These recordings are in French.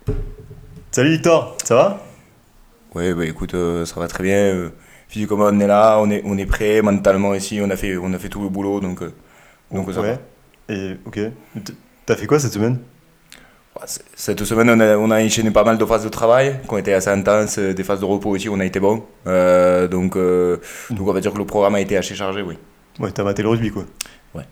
Salut Victor, ça va? Ouais, bah écoute, ça va très bien. Physiquement, on est là, on est prêt. Mentalement ici, on a fait tout le boulot, donc ça va. Ouais. Et ok. T'as fait quoi cette semaine? Ouais, cette semaine, on a enchaîné pas mal de phases de travail qui ont été assez intenses, des phases de repos aussi, on a été bon. Donc on va dire que le programme a été assez chargé, oui. Ouais, t'as maté le rugby quoi. Ouais.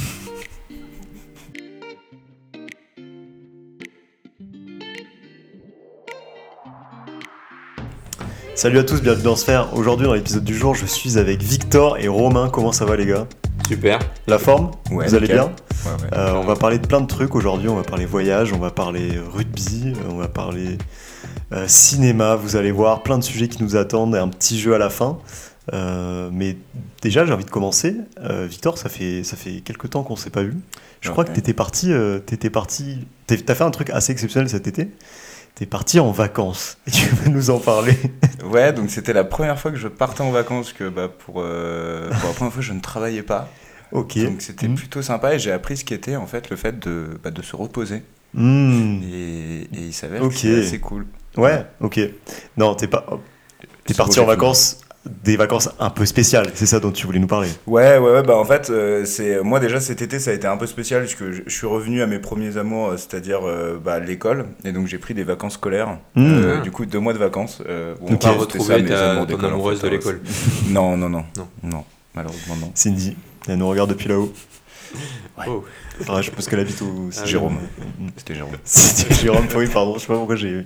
Salut à tous, bienvenue dans Sphère. Aujourd'hui dans l'épisode du jour, je suis avec Victor et Romain. Comment ça va les gars? Super. La forme? Ouais, Vous allez nickel. bien? Ouais, ouais. On va parler de plein de trucs aujourd'hui. On va parler voyage, on va parler rugby, on va parler cinéma. Vous allez voir plein de sujets qui nous attendent et un petit jeu à la fin. Mais déjà, j'ai envie de commencer. Victor, ça fait quelques temps qu'on s'est pas vu. Je crois que Ouais. t'as fait un truc assez exceptionnel cet été. T'es parti en vacances. Et tu veux nous en parler? Ouais, donc c'était la première fois que je partais en vacances, que pour la première fois, je ne travaillais pas. Ok. Donc c'était Hmm. plutôt sympa et j'ai appris ce qu'était en fait le fait de se reposer. Hmm. Et il s'avère que Ok. c'est assez cool. Ouais, ok. Non, t'es C'est beau, parti en j'ai fini. vacances, des vacances un peu spéciales. C'est ça dont tu voulais nous parler. Ouais, bah en fait, moi déjà cet été ça a été un peu spécial puisque je suis revenu à mes premiers amours, c'est-à-dire l'école, et donc j'ai pris des vacances scolaires, Hmm. Ah. du coup 2 mois de vacances. Bon, T'as Ok. pas c'était retrouvé ça, mes amours ton d'école, en amoureuse fait, de hein. l'école. Non, non, non, Non. non, malheureusement non. Cindy, elle nous regarde depuis là-haut. Ouais. Oh. Enfin, je pense qu'elle habite au... Ah oui. Jérôme, Hmm. c'était Jérôme. C'était Jérôme, oui, pardon, je sais pas pourquoi j'ai...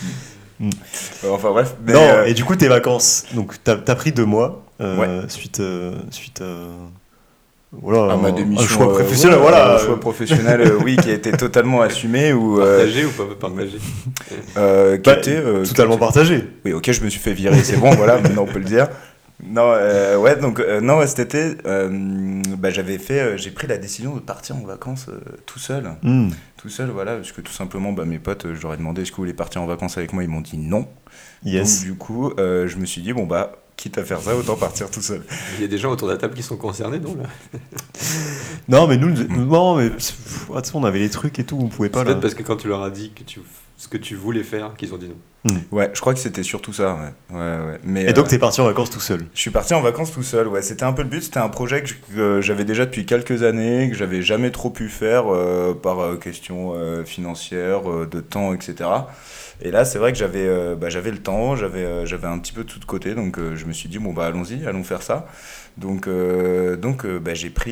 Enfin bref, mais Non, et du coup, tes vacances, donc t'as pris 2 mois, ouais. suite voilà, À ma un démission, choix professionnel, ouais, voilà. un choix professionnel, oui, qui a été totalement assumé ou Partagé ou pas partagé? qui Bah, était totalement partagé. Oui, ok, je me suis fait virer, c'est bon, voilà, maintenant on peut le dire. Non, ouais, donc, non, ouais, cet été, j'ai pris la décision de partir en vacances tout seul. Hmm. Tout seul, voilà, parce que tout simplement, mes potes, je leur ai demandé est-ce que vous voulez partir en vacances avec moi, ils m'ont dit non. Donc, Yes. du coup, je me suis dit, quitte à faire ça, autant partir tout seul. Il y a des gens autour de la table qui sont concernés, non là? Non, mais non, mais pff, de toute façon, on avait les trucs et tout, on pouvait pas C'est là. peut-être parce que quand tu leur as dit ce que tu voulais faire, qu'ils ont dit non. Ouais, je crois que c'était surtout ça, ouais. Ouais. Mais, Et donc, t'es parti en vacances tout seul. je suis parti en vacances tout seul, ouais. C'était un peu le but, c'était un projet que j'avais déjà depuis quelques années, que j'avais jamais trop pu faire par question financière, de temps, etc. Et là, c'est vrai que j'avais le temps, j'avais un petit peu de tout de côté, donc je me suis dit, allons-y, allons faire ça. Donc,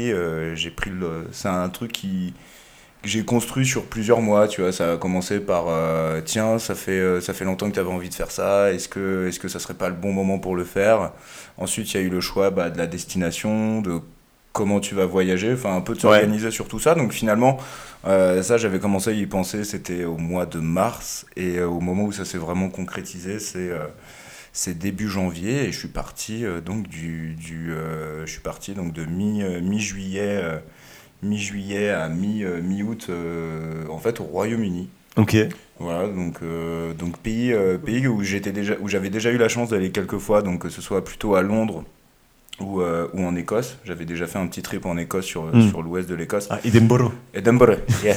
c'est un truc que j'ai construit sur plusieurs mois, tu vois. Ça a commencé par tiens, ça fait longtemps que tu avais envie de faire ça, est-ce que ça serait pas le bon moment pour le faire? Ensuite, il y a eu le choix de la destination, de comment tu vas voyager, enfin un peu de Ouais. s'organiser sur tout ça. Donc finalement, ça j'avais commencé à y penser, c'était au mois de mars, et au moment où ça s'est vraiment concrétisé, c'est début janvier, et je suis parti je suis parti donc de mi-juillet. Mi-juillet à mi-août, en fait, au Royaume-Uni. Ok. Voilà, donc pays où j'avais déjà eu la chance d'aller quelques fois, donc que ce soit plutôt à Londres ou en Écosse. J'avais déjà fait un petit trip en Écosse sur l'ouest de l'Écosse. Ah, Edinburgh. Edinburgh, yeah.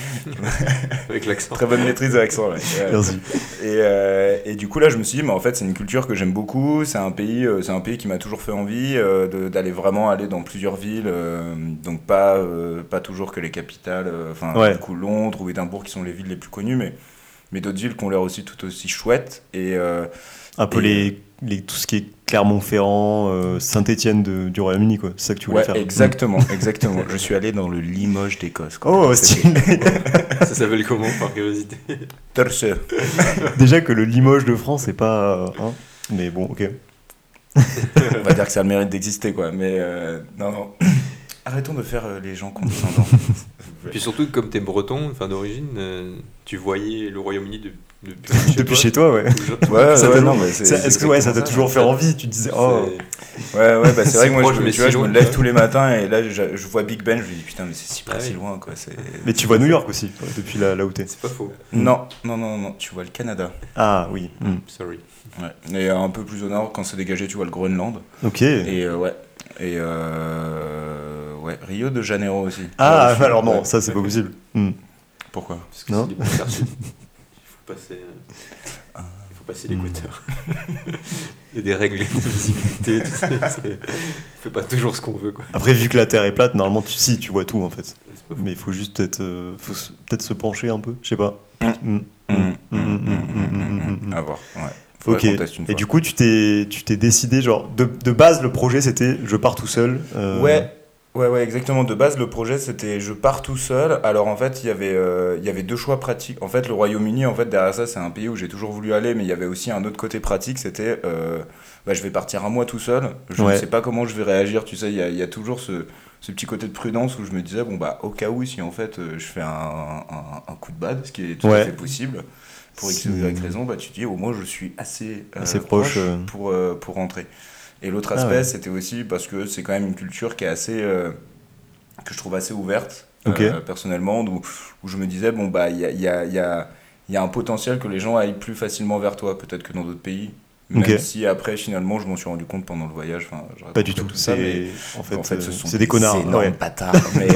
Avec l'accent. Très bonne maîtrise de l'accent, ouais. Ouais. Merci. Et du coup là je me suis dit mais en fait c'est une culture que j'aime beaucoup, c'est un pays qui m'a toujours fait envie d'aller vraiment aller dans plusieurs villes, donc pas toujours que les capitales, Ouais. du coup Londres ou Édimbourg qui sont les villes les plus connues, mais d'autres villes qui ont l'air aussi tout aussi chouettes Un peu et tout ce qui est Clermont-Ferrand, Saint-Étienne du Royaume-Uni, quoi. C'est ça que tu voulais ouais faire. exactement. Je suis allé dans le Limoges d'Écosse, quoi. Oh, C'était stylé. Ça s'appelle comment, par curiosité? Perse. Déjà que le Limoges de France, c'est pas. Hein. Mais bon, ok. On va dire que ça a le mérite d'exister, quoi, mais non. Arrêtons de faire les gens condescendants, s'il vous plaît. Puis surtout, comme t'es breton, enfin d'origine, tu voyais le Royaume-Uni depuis Depuis chez toi, ouais. Ouais, Ça ouais, t'a- non, mais c'est Est-ce que ouais, ça t'a exactement toujours fait envie? Tu te disais, oh. Ouais, c'est vrai Si que moi, proche, mais tu vois, si je me loin. lève tous les matins et là, je vois Big Ben, je me dis putain, mais c'est si Ah si oui. loin, quoi. Mais tu vois New York aussi, depuis là où t'es. C'est pas faux. Non, tu vois le Canada. Ah oui. Sorry. Ouais. Et un peu plus au nord, quand c'est dégagé, tu vois le Groenland. Ok. Et ouais. Et ouais, Rio de Janeiro aussi. Ah, Là où je suis. alors non, Ouais. ça c'est pas possible. Pourquoi? Parce que Non. c'est du bon quartier. faut passer l'équateur. Il y a des règles de visibilité, tout ça. On fait pas toujours ce qu'on veut, quoi. Après, vu que la Terre est plate, normalement, tu vois tout en fait. C'est pas faux. Mais il faut juste peut-être se pencher un peu, je sais pas. À voir, ouais. Faudrait Ok. qu'on teste une Et fois. du coup, tu t'es décidé, genre, de base, le projet c'était je pars tout seul. Ouais, exactement. De base, le projet, c'était je pars tout seul. Alors, en fait, il y avait deux choix pratiques. En fait, le Royaume-Uni, en fait, derrière ça, c'est un pays où j'ai toujours voulu aller, mais il y avait aussi un autre côté pratique, c'était je vais partir un mois tout seul. Je ne Ouais. sais pas comment je vais réagir. Tu sais, il y a toujours ce petit côté de prudence où je me disais, bon, bah, au cas où, si en fait, je fais un coup de bad, ce qui est tout à fait possible, pour X ou Y raison, bah, tu te dis, au moins, je suis assez proche, pour rentrer. Et l'autre Ah aspect, ouais. c'était aussi parce que c'est quand même une culture qui est assez, que je trouve assez ouverte, Ok. personnellement, où je me disais, bon, bah, il y a un potentiel que les gens aillent plus facilement vers toi, peut-être que dans d'autres pays. Même Ok. si après, finalement, je m'en suis rendu compte pendant le voyage. Enfin, je Pas du raconterai tout. ça, mais En fait, ce sont c'est des connards. énormes Ouais. bâtards. Mais,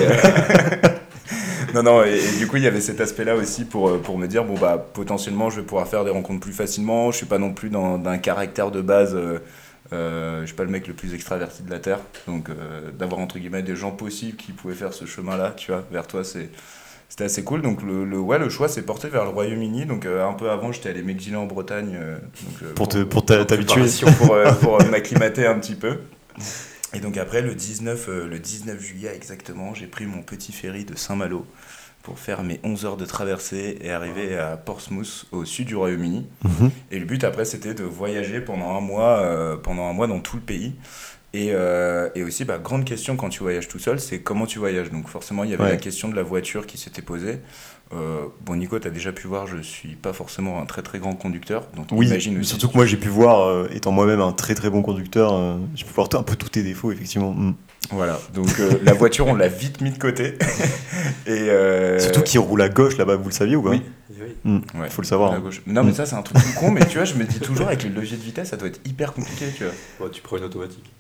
non, et du coup, il y avait cet aspect-là aussi pour me dire, bon, bah, potentiellement, je vais pouvoir faire des rencontres plus facilement. Je suis pas non plus d'un caractère de base. Je suis pas le mec le plus extraverti de la Terre. Donc, d'avoir entre guillemets des gens possibles qui pouvaient faire ce chemin-là, tu vois, vers toi, c'était assez cool. Donc, le choix s'est porté vers le Royaume-Uni. Donc, un peu avant, j'étais allé m'exiler en Bretagne. Pour t'habituer. Pour m'acclimater un petit peu. Et donc après, le 19 juillet exactement, j'ai pris mon petit ferry de Saint-Malo pour faire mes 11 heures de traversée et arriver à Portsmouth, au sud du Royaume-Uni. Mhm. Et le but après, c'était de voyager pendant un mois dans tout le pays. Et aussi, grande question quand tu voyages tout seul, c'est comment tu voyages. Donc forcément, il y avait la question de la voiture qui s'était posée. Bon, Nico, tu as déjà pu voir, je suis pas forcément un très très grand conducteur. Donc Oui, imagine aussi. surtout que moi j'ai pu voir, étant moi-même un très très bon conducteur, j'ai pu voir un peu tous tes défauts, effectivement. Voilà, donc la voiture, on l'a vite mis de côté. Et Surtout qu'il roule à gauche là-bas, vous le saviez ou pas? Oui. Ouais, faut le savoir. À gauche. Non, mais ça, c'est un truc tout con, mais tu vois, je me dis toujours avec les leviers de vitesse, ça doit être hyper compliqué, tu vois. Bon, tu prends une automatique.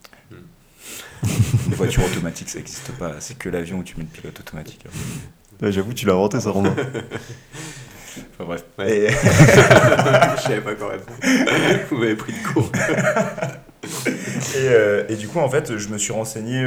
Les voitures automatiques, ça n'existe pas. C'est que l'avion où tu mets le pilote automatique. Ouais, j'avoue, tu l'as inventé ça, Romain. Enfin bref. Ouais. Et... Je savais pas quand même. Vous m'avez pris de court. et du coup, en fait, je me suis renseigné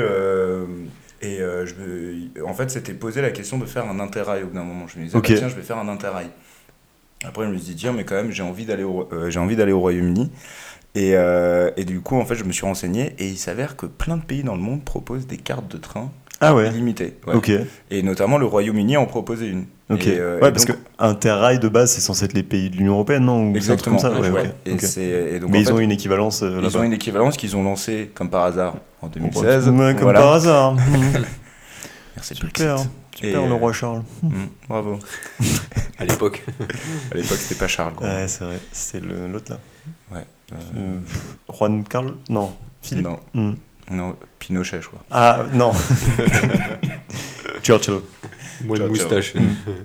en fait, c'était posé la question de faire un interrail au bout d'un moment. Je me disais, Ok. tiens, je vais faire un interrail. Après, je me suis dit, tiens, mais quand même, j'ai envie d'aller au Royaume-Uni. Et du coup, en fait, je me suis renseigné et il s'avère que plein de pays dans le monde proposent des cartes de train Ah ouais. illimitées. Ouais. Ok. Et notamment, le Royaume-Uni en proposait une. Ok. Et, Parce donc- que Interrail de base, c'est censé être les pays de l'Union Européenne, non? Ou c'est un truc Exactement. comme ça. Ouais, Ouais. ok. Et Ok. et donc, Mais en ils fait, ont une équivalence ils là-bas. ont une équivalence qu'ils ont lancée, comme par hasard, en 2016. Ouais, comme Voilà. par hasard. Merci Super. Brexit. Super, Et, le roi Charles. Bravo. À l'époque. À l'époque, c'était pas Charles. Quoi. Ouais, c'est vrai. C'est l'autre là. Ouais. Juan Carl? Non. Philippe? Non, Hmm. non, Pinochet, je crois. Ah, non. Churchill. Moins de Ciao, ciao. moustache.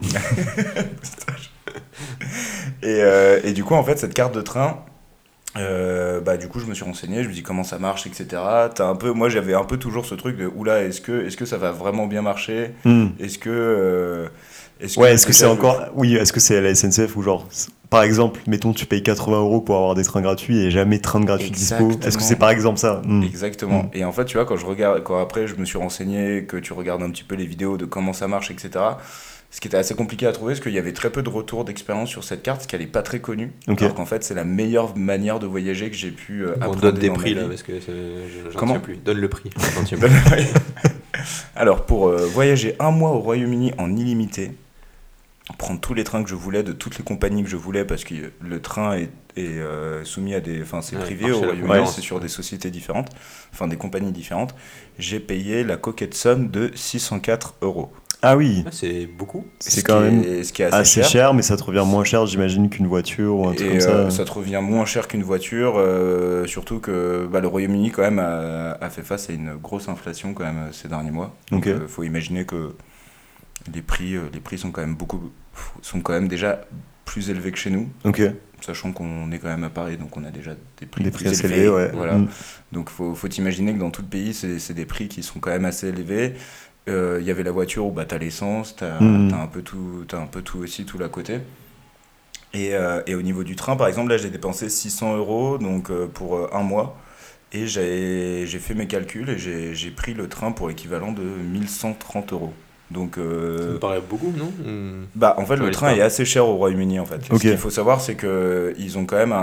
Et du coup, en fait, cette carte de train, du coup, je me suis renseigné, je me dis comment ça marche, etc. Moi, j'avais un peu toujours ce truc de oula, est-ce que ça va vraiment bien marcher? Hmm. Est-ce que. Ouais, est-ce que c'est déjà, encore. Oui, est-ce que c'est à la SNCF ou genre. Par exemple, mettons, tu payes 80 € pour avoir des trains gratuits et jamais de train de gratuit dispo. Exactement. Est-ce que c'est par exemple ça? Hmm. Exactement. Mm. Et en fait, tu vois, quand après je me suis renseigné, que tu regardes un petit peu les vidéos de comment ça marche, etc., ce qui était assez compliqué à trouver, c'est qu'il y avait très peu de retours d'expérience sur cette carte, parce qu'elle n'est pas très connue. Ok. Alors qu'en fait, c'est la meilleure manière de voyager que j'ai pu On apprendre. donne des dans ma prix vie. là, parce que j'en Comment tiens plus. Donne le prix. J'en tiens plus. Alors, pour voyager un mois au Royaume-Uni en illimité, prendre tous les trains que je voulais, de toutes les compagnies que je voulais, parce que le train est soumis à des... Enfin, c'est Ouais, privé marché au à la Royaume-Uni, concurrence. c'est sur des sociétés différentes, enfin des compagnies différentes. J'ai payé la coquette somme de 604 €. Ah oui. Ah, c'est beaucoup. C'est quand même Ce qui est assez cher, mais ça te revient moins cher, j'imagine, qu'une voiture ou un truc Et comme ça. ça te revient moins cher qu'une voiture, surtout que le Royaume-Uni quand même a fait face à une grosse inflation quand même ces derniers mois. Donc Ok. faut imaginer que les prix sont quand même déjà plus élevés que chez nous, Ok. sachant qu'on est quand même à Paris, donc on a déjà des prix Des plus prix assez élevés. élevés, ouais. Voilà. Mm. Donc faut imaginer que dans tout le pays, c'est des prix qui sont quand même assez élevés. Il y avait la voiture où t'as l'essence, t'as un peu tout aussi, tout l'à côté. Et au niveau du train, par exemple, là, j'ai dépensé 600 euros donc, pour un mois. Et j'ai fait mes calculs et j'ai pris le train pour l'équivalent de 1130 euros. Donc, Ça me paraît beaucoup, non bah, en fait, Ça le valait train pas. est assez cher au Royaume-Uni, en fait. Ok. Ce qu'il faut savoir, c'est qu'ils ont quand même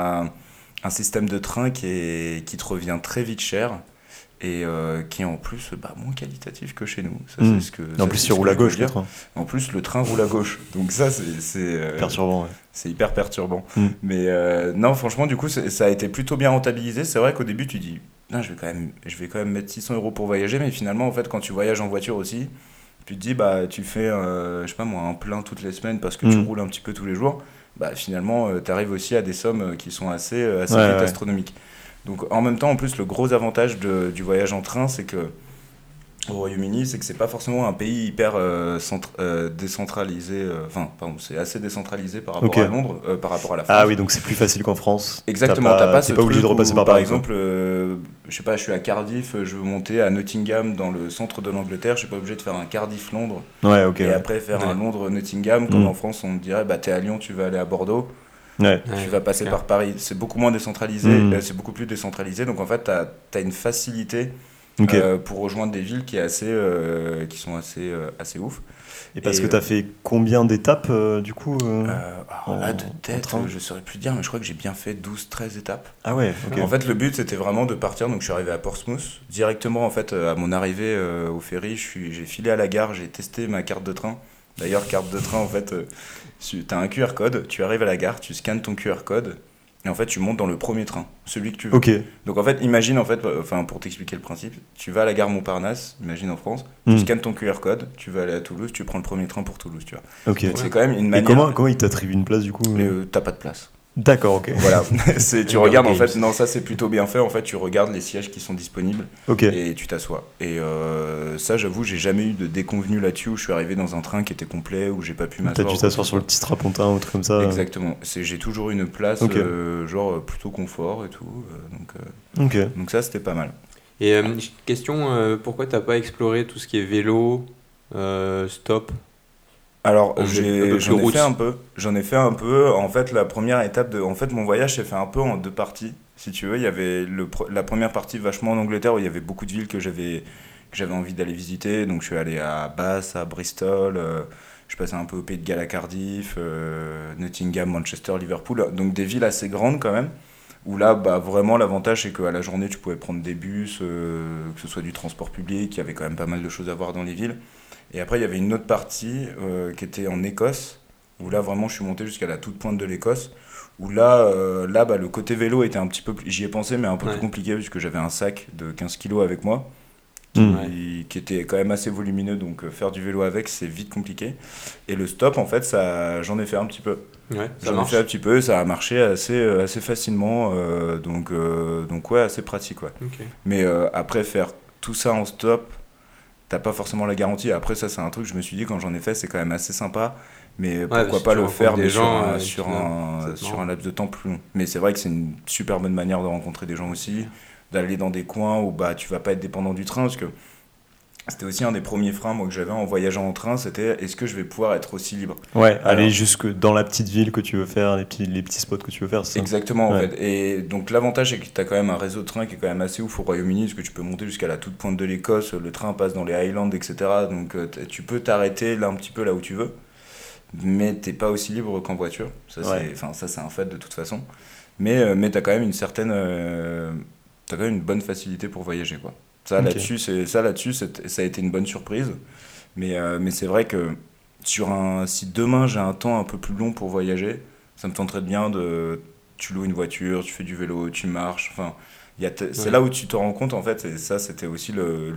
un système de train qui te revient très vite cher et qui est en plus moins qualitatif que chez nous. Ça, Hmm. c'est ce que, En ça, plus, c'est il ce que roule à je peux gauche, le dire. train. En plus, le train roule à gauche. Donc ça, Perturbant, ouais. c'est hyper perturbant. Hmm. Mais non, franchement, du coup, ça a été plutôt bien rentabilisé. C'est vrai qu'au début, tu dis, non, je vais quand même mettre 600 euros pour voyager. Mais finalement, en fait, quand tu voyages en voiture aussi, tu te dis, bah, tu fais, je sais pas moi, un plein toutes les semaines parce que tu Hmm. roules un petit peu tous les jours. Bah, finalement, tu arrives aussi à des sommes qui sont assez Ouais, vite ouais. astronomiques. Donc, en même temps, en plus, le gros avantage du voyage en train, c'est que au Royaume-Uni, c'est que c'est pas forcément un pays hyper décentralisé. Enfin, pardon, c'est assez décentralisé par rapport Ok. à Londres, par rapport à la Ah France. oui, donc c'est plus facile qu'en France. Exactement, t'as pas T'es ce pas obligé de truc repasser où, par par Paris, quoi. exemple, je sais pas, je suis à Cardiff, je veux monter à Nottingham dans le centre de l'Angleterre, je suis pas obligé de faire un Cardiff-Londres Ouais, ok. et Ouais. après faire Ouais. un Londres-Nottingham, comme Mm. en France on te dirait, bah t'es à Lyon, tu vas aller à Bordeaux, Ouais. tu vas passer clair. par Paris. C'est beaucoup moins décentralisé, Mm. c'est beaucoup plus décentralisé, donc en fait t'as une facilité Ok. pour rejoindre des villes qui sont assez ouf. Et parce Et que t'as fait combien d'étapes, du coup, alors là, de en tête, train je saurais plus dire, mais je crois que j'ai bien fait 12-13 étapes. Ah ouais, ok. En fait, le but, c'était vraiment de partir. Donc, je suis arrivé à Portsmouth. Directement, en fait, à mon arrivée au ferry, j'ai filé à la gare, j'ai testé ma carte de train. D'ailleurs, carte de train, en fait, tu as un QR code, tu arrives à la gare, tu scannes ton QR code, et en fait, tu montes dans le premier train, celui que tu veux. Ok. Donc, en fait, imagine, en fait, enfin, pour t'expliquer le principe, tu vas à la gare Montparnasse, imagine en France, Mm. tu scannes ton QR code, tu vas aller à Toulouse, tu prends le premier train pour Toulouse, tu vois. Ok. Donc, c'est quand même une Et manière. comment il t'attribue une place, du coup Mais t'as pas de place. D'accord, ok. Voilà, tu Hunger regardes en Games. fait, non, ça c'est plutôt bien fait. En fait, tu regardes les sièges qui sont disponibles Ok. et tu t'assois. Et ça, j'avoue, j'ai jamais eu de déconvenu là-dessus où je suis arrivé dans un train qui était complet, où j'ai pas pu T'as m'asseoir. dû ou quoi t'asseoir que sur ce le petit strapontin ou un truc comme ça. soit. Exactement. J'ai toujours eu une place, Ok. genre plutôt confort et tout. Donc Ok. ça, c'était pas mal. Et question, pourquoi t'as pas exploré tout ce qui est vélo, stop Alors, Un peu plus j'en ai route. fait un peu. J'en ai fait un peu. En fait, la première étape en fait, mon voyage s'est fait un peu en deux parties. Si tu veux, il y avait la première partie vachement en Angleterre où il y avait beaucoup de villes que j'avais envie d'aller visiter. Donc, je suis allé à Bath, à Bristol. Je suis passé un peu au Pays de Galles à Cardiff, Nottingham, Manchester, Liverpool. Donc, des villes assez grandes quand même. Où là, bah, vraiment, l'avantage, c'est qu'à la journée, tu pouvais prendre des bus, que ce soit du transport public. Il y avait quand même pas mal de choses à voir dans les villes. Et après, il y avait une autre partie qui était en Écosse, où là, vraiment, je suis monté jusqu'à la toute pointe de l'Écosse, où là bah, le côté vélo était un petit peu plus... J'y ai pensé, mais un peu Ouais. plus compliqué, puisque j'avais un sac de 15 kilos avec moi, Mm. qui était quand même assez volumineux, donc faire du vélo avec, c'est vite compliqué. Et le stop, en fait, j'en ai fait un petit peu. Ouais, ça J'en ai marche. fait un petit peu, ça a marché assez facilement, donc ouais, assez pratique, ouais. Ok. Mais après, faire tout ça en stop, t'as pas forcément la garantie. Après, ça, c'est un truc, je me suis dit, quand j'en ai fait, c'est quand même assez sympa. Mais parce pourquoi que pas tu le rencontres faire des mais gens, sur ça un te marrant. laps de temps plus long. Mais c'est vrai que c'est une super bonne manière de rencontrer des gens aussi, d'aller dans des coins où bah, tu vas pas être dépendant du train. Parce que c'était aussi un des premiers freins moi, que j'avais en voyageant en train, c'était est-ce que je vais pouvoir être aussi libre. Ouais, aller Alors- jusque dans la petite ville que tu veux faire, les petits spots que tu veux faire, c'est ça. Exactement, en Ouais. fait. Et donc, l'avantage, c'est que tu as quand même un réseau de train qui est quand même assez ouf au Royaume-Uni, parce que tu peux monter jusqu'à la toute pointe de l'Écosse, le train passe dans les Highlands, etc. Donc, tu peux t'arrêter là un petit peu là où tu veux, mais t'es pas aussi libre qu'en voiture. Ça, Ouais. c'est un fait de toute façon. Mais tu as quand même t'as quand même une bonne facilité pour voyager, quoi. Ça, Ok. là-dessus, ça a été une bonne surprise. Mais c'est vrai que si demain j'ai un temps un peu plus long pour voyager, ça me tenterait bien tu loues une voiture, tu fais du vélo, tu marches. Enfin, c'est Ouais. là où tu te rends compte en fait. Et ça, c'était aussi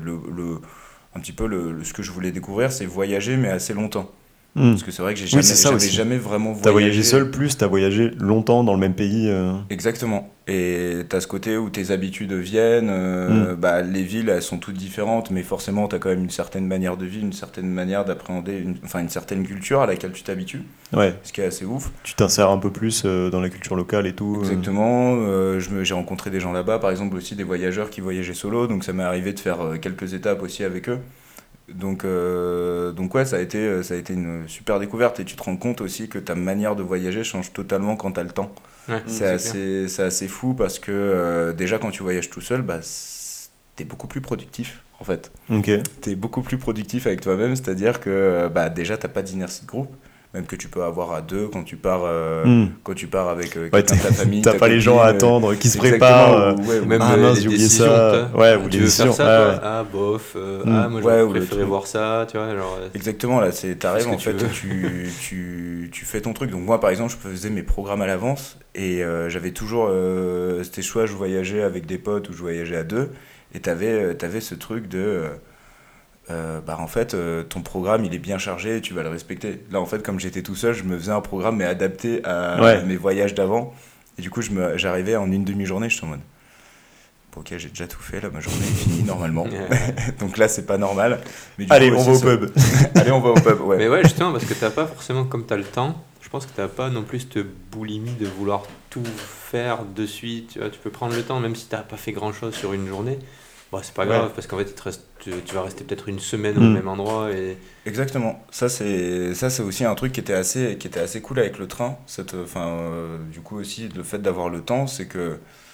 un petit peu ce que je voulais découvrir, c'est voyager mais assez longtemps. Mm. Parce que c'est vrai que Oui, c'est ça j'avais aussi. jamais vraiment T'as voyagé seul, plus t'as voyagé longtemps dans le même pays. Exactement. Et t'as ce côté où tes habitudes viennent, bah, les villes elles sont toutes différentes, mais forcément t'as quand même une certaine manière de vivre, une certaine manière d'appréhender, une certaine culture à laquelle tu t'habitues, Ouais, ce qui est assez ouf. tu t'insères un peu plus dans la culture locale et tout. Exactement, j'ai rencontré des gens là-bas, par exemple aussi des voyageurs qui voyageaient solo, donc ça m'est arrivé de faire quelques étapes aussi avec eux. Donc ouais, ça a été une super découverte et tu te rends compte aussi que ta manière de voyager change totalement quand tu as le temps. Ouais, C'est assez fou parce que déjà quand tu voyages tout seul, bah, t'es beaucoup plus productif en fait. Ok. T'es beaucoup plus productif avec toi-même, c'est-à-dire que bah, déjà t'as pas d'inertie de groupe, même que tu peux avoir à deux quand tu pars avec Ouais, quelqu'un de ta famille. t'as ta pas les gens à copine, attendre, qui se exactement, préparent. ou, ouais, Ou même Ah mince, les j'ai oublié décisions, ça. toi. Ouais, ou les Tu veux faire décisions. ça, Ouais, toi? ouais. Ah, bof. Moi, ouais, je ou le préférais truc. voir ça, tu vois. Genre, Exactement, là, t'arrives, Fais ce en que fait, tu veux. tu fais ton truc. Donc moi, par exemple, je faisais mes programmes à l'avance et j'avais toujours, c'était soit je voyageais avec des potes ou je voyageais à deux, et t'avais ce truc de, bah en fait, ton programme, il est bien chargé et tu vas le respecter. Là, en fait, comme j'étais tout seul, je me faisais un programme mais adapté à Ouais. mes voyages d'avant. Et du coup, j'arrivais en une demi-journée, je suis en mode, bon, ok, j'ai déjà tout fait, là, ma journée est finie normalement. Donc là, c'est pas normal. Mais du Allez, coup, on aussi, va au pub. Allez, on va au pub, ouais. Mais ouais, justement, parce que t'as pas forcément, comme t'as le temps, je pense que t'as pas non plus cette boulimie de vouloir tout faire de suite. Tu vois, tu peux prendre le temps, même si t'as pas fait grand chose sur une journée. Bon, c'est pas grave, Ouais. parce qu'en fait, tu vas rester peut-être une semaine au même endroit. Et Exactement. Ça c'est aussi un truc qui était assez cool avec le train. Du coup aussi le fait d'avoir le temps, c'est que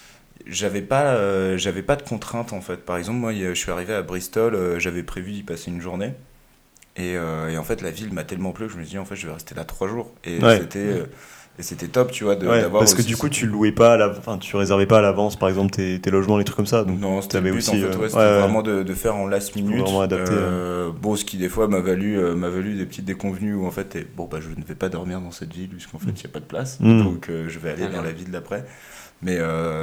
j'avais pas de contraintes en fait. Par exemple, moi, je suis arrivé à Bristol, j'avais prévu d'y passer une journée. Et en fait, la ville m'a tellement plu que je me suis dit, en fait, je vais rester là 3 jours. Ouais. C'était top, tu vois, Ouais, d'avoir parce que aussi du coup, ce- tu louais pas enfin, tu réservais pas à l'avance, par exemple, tes logements, les trucs comme ça. Donc, Non, c'était le t'avais but aussi. en fait, ouais, c'était ouais, ouais. vraiment de faire en last minute. vraiment adapter, Bon, ce qui des fois m'a valu des petites déconvenues où en fait, bon, bah, je ne vais pas dormir dans cette ville puisqu'en fait, il n'y a pas de place. Mm. Donc, je vais aller Ah, dans merde. la ville d'après. Mais,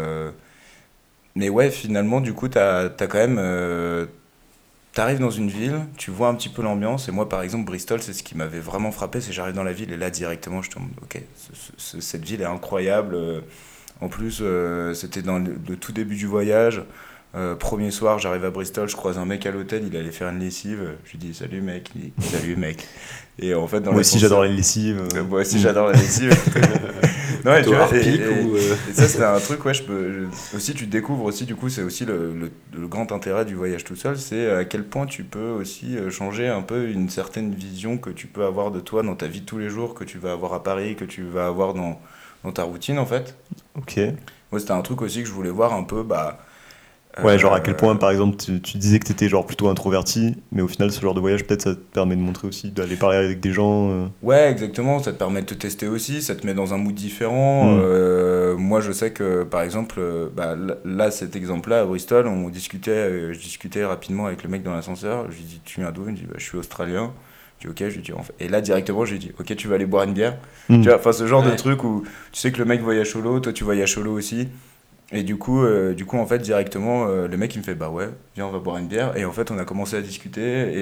mais ouais, finalement, du coup, t'as quand même. T'arrives dans une ville, tu vois un petit peu l'ambiance, et moi par exemple Bristol, c'est ce qui m'avait vraiment frappé, c'est j'arrive dans la ville et là directement je tombe, ok, cette ville est incroyable. En plus, c'était dans le tout début du voyage. Premier soir, j'arrive à Bristol, je croise un mec à l'hôtel, il allait faire une lessive. Je lui dis salut mec, il dit salut mec. Et en fait, dans Moi aussi, l'ascenseur- j'adore les lessives. Moi aussi, j'adore la lessive. Non, et tu Plutôt vois, harpique ou. et ça, c'était un truc, ouais, aussi, tu découvres aussi, du coup, c'est aussi le grand intérêt du voyage tout seul, c'est à quel point tu peux aussi changer un peu une certaine vision que tu peux avoir de toi dans ta vie de tous les jours, que tu vas avoir à Paris, que tu vas avoir dans ta routine, en fait. Ok. Moi, c'était un truc aussi que je voulais voir un peu, bah. Ouais, genre à quel point, euh, par exemple, tu disais que t'étais genre plutôt introverti, mais au final, ce genre de voyage, peut-être, ça te permet de montrer aussi, d'aller parler avec des gens. Ouais, exactement, ça te permet de te tester aussi, ça te met dans un mood différent. Mm. Moi, je sais que, par exemple, bah, là, cet exemple-là, à Bristol, je discutais rapidement avec le mec dans l'ascenseur, je lui dis, tu viens d'où? Il me dit, bah, je suis australien. Je dis, ok, je lui dis, et là, directement, je lui dis, ok, tu vas aller boire une bière. Mm. Tu vois, enfin, ce genre de Ouais. truc où tu sais que le mec voyage solo, toi, tu voyages solo aussi. Et du coup, en fait, directement, le mec, il me fait, bah ouais, viens, on va boire une bière. Et en fait, on a commencé à discuter.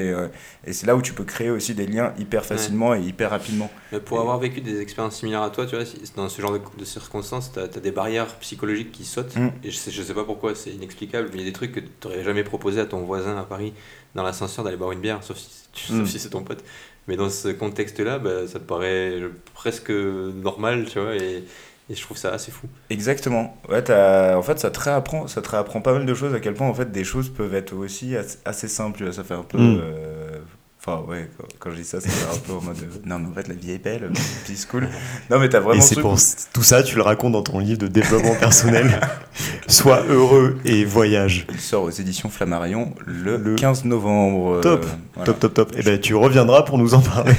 Et c'est là où tu peux créer aussi des liens hyper facilement et hyper rapidement. Mais pour Et- avoir vécu des expériences similaires à toi, tu vois, dans ce genre de circonstances, tu as des barrières psychologiques qui sautent. Mm. Et je sais pas pourquoi, c'est inexplicable. Mais il y a des trucs que tu n'aurais jamais proposé à ton voisin à Paris dans l'ascenseur d'aller boire une bière, sauf si c'est ton pote. Mais dans ce contexte-là, bah, ça te paraît presque normal, tu vois, et je trouve ça assez fou. Exactement. Ouais, en fait, ça te réapprend pas mal de choses, à quel point, en fait, des choses peuvent être aussi assez simples. Tu vois, ça fait un peu. Mm. Enfin, ouais, quand je dis ça fait un peu en mode. Non, mais en fait, la vie est belle, peace cool. Non, mais t'as vraiment Et ce c'est truc pour où- tout ça, tu le racontes dans ton livre de développement personnel. Sois heureux et voyage. Il sort aux éditions Flammarion le Le- 15 novembre. Top. Voilà. Top, top, top. Et ben, tu reviendras pour nous en parler.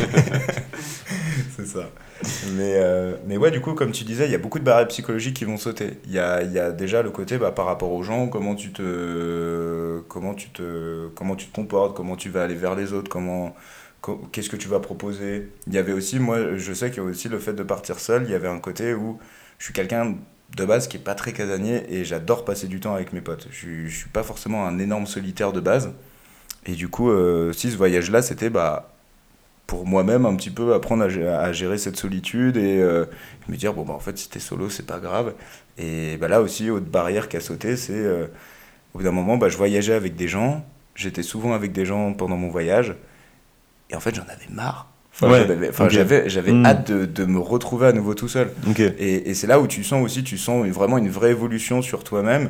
C'est ça. Mais ouais, du coup, comme tu disais, il y a beaucoup de barrières psychologiques qui vont sauter. Il y a déjà le côté bah, par rapport aux gens, comment tu te comportes, comment tu vas aller vers les autres, qu'est-ce que tu vas proposer. Il y avait aussi, moi, je sais qu'il y a aussi le fait de partir seul. Il y avait un côté où je suis quelqu'un de base qui est pas très casanier et j'adore passer du temps avec mes potes. Je suis pas forcément un énorme solitaire de base. Et du coup, si ce voyage-là, c'était bah pour moi-même un petit peu apprendre à gérer cette solitude et me dire bon bah en fait si t'es solo c'est pas grave. Et bah là aussi autre barrière qui a sauté, c'est au bout d'un moment bah je voyageais avec des gens, j'étais souvent avec des gens pendant mon voyage et en fait j'en avais marre. Ouais, ok. J'avais Mm. hâte de me retrouver à nouveau tout seul. Ok. Et c'est là où tu sens vraiment une vraie évolution sur toi-même.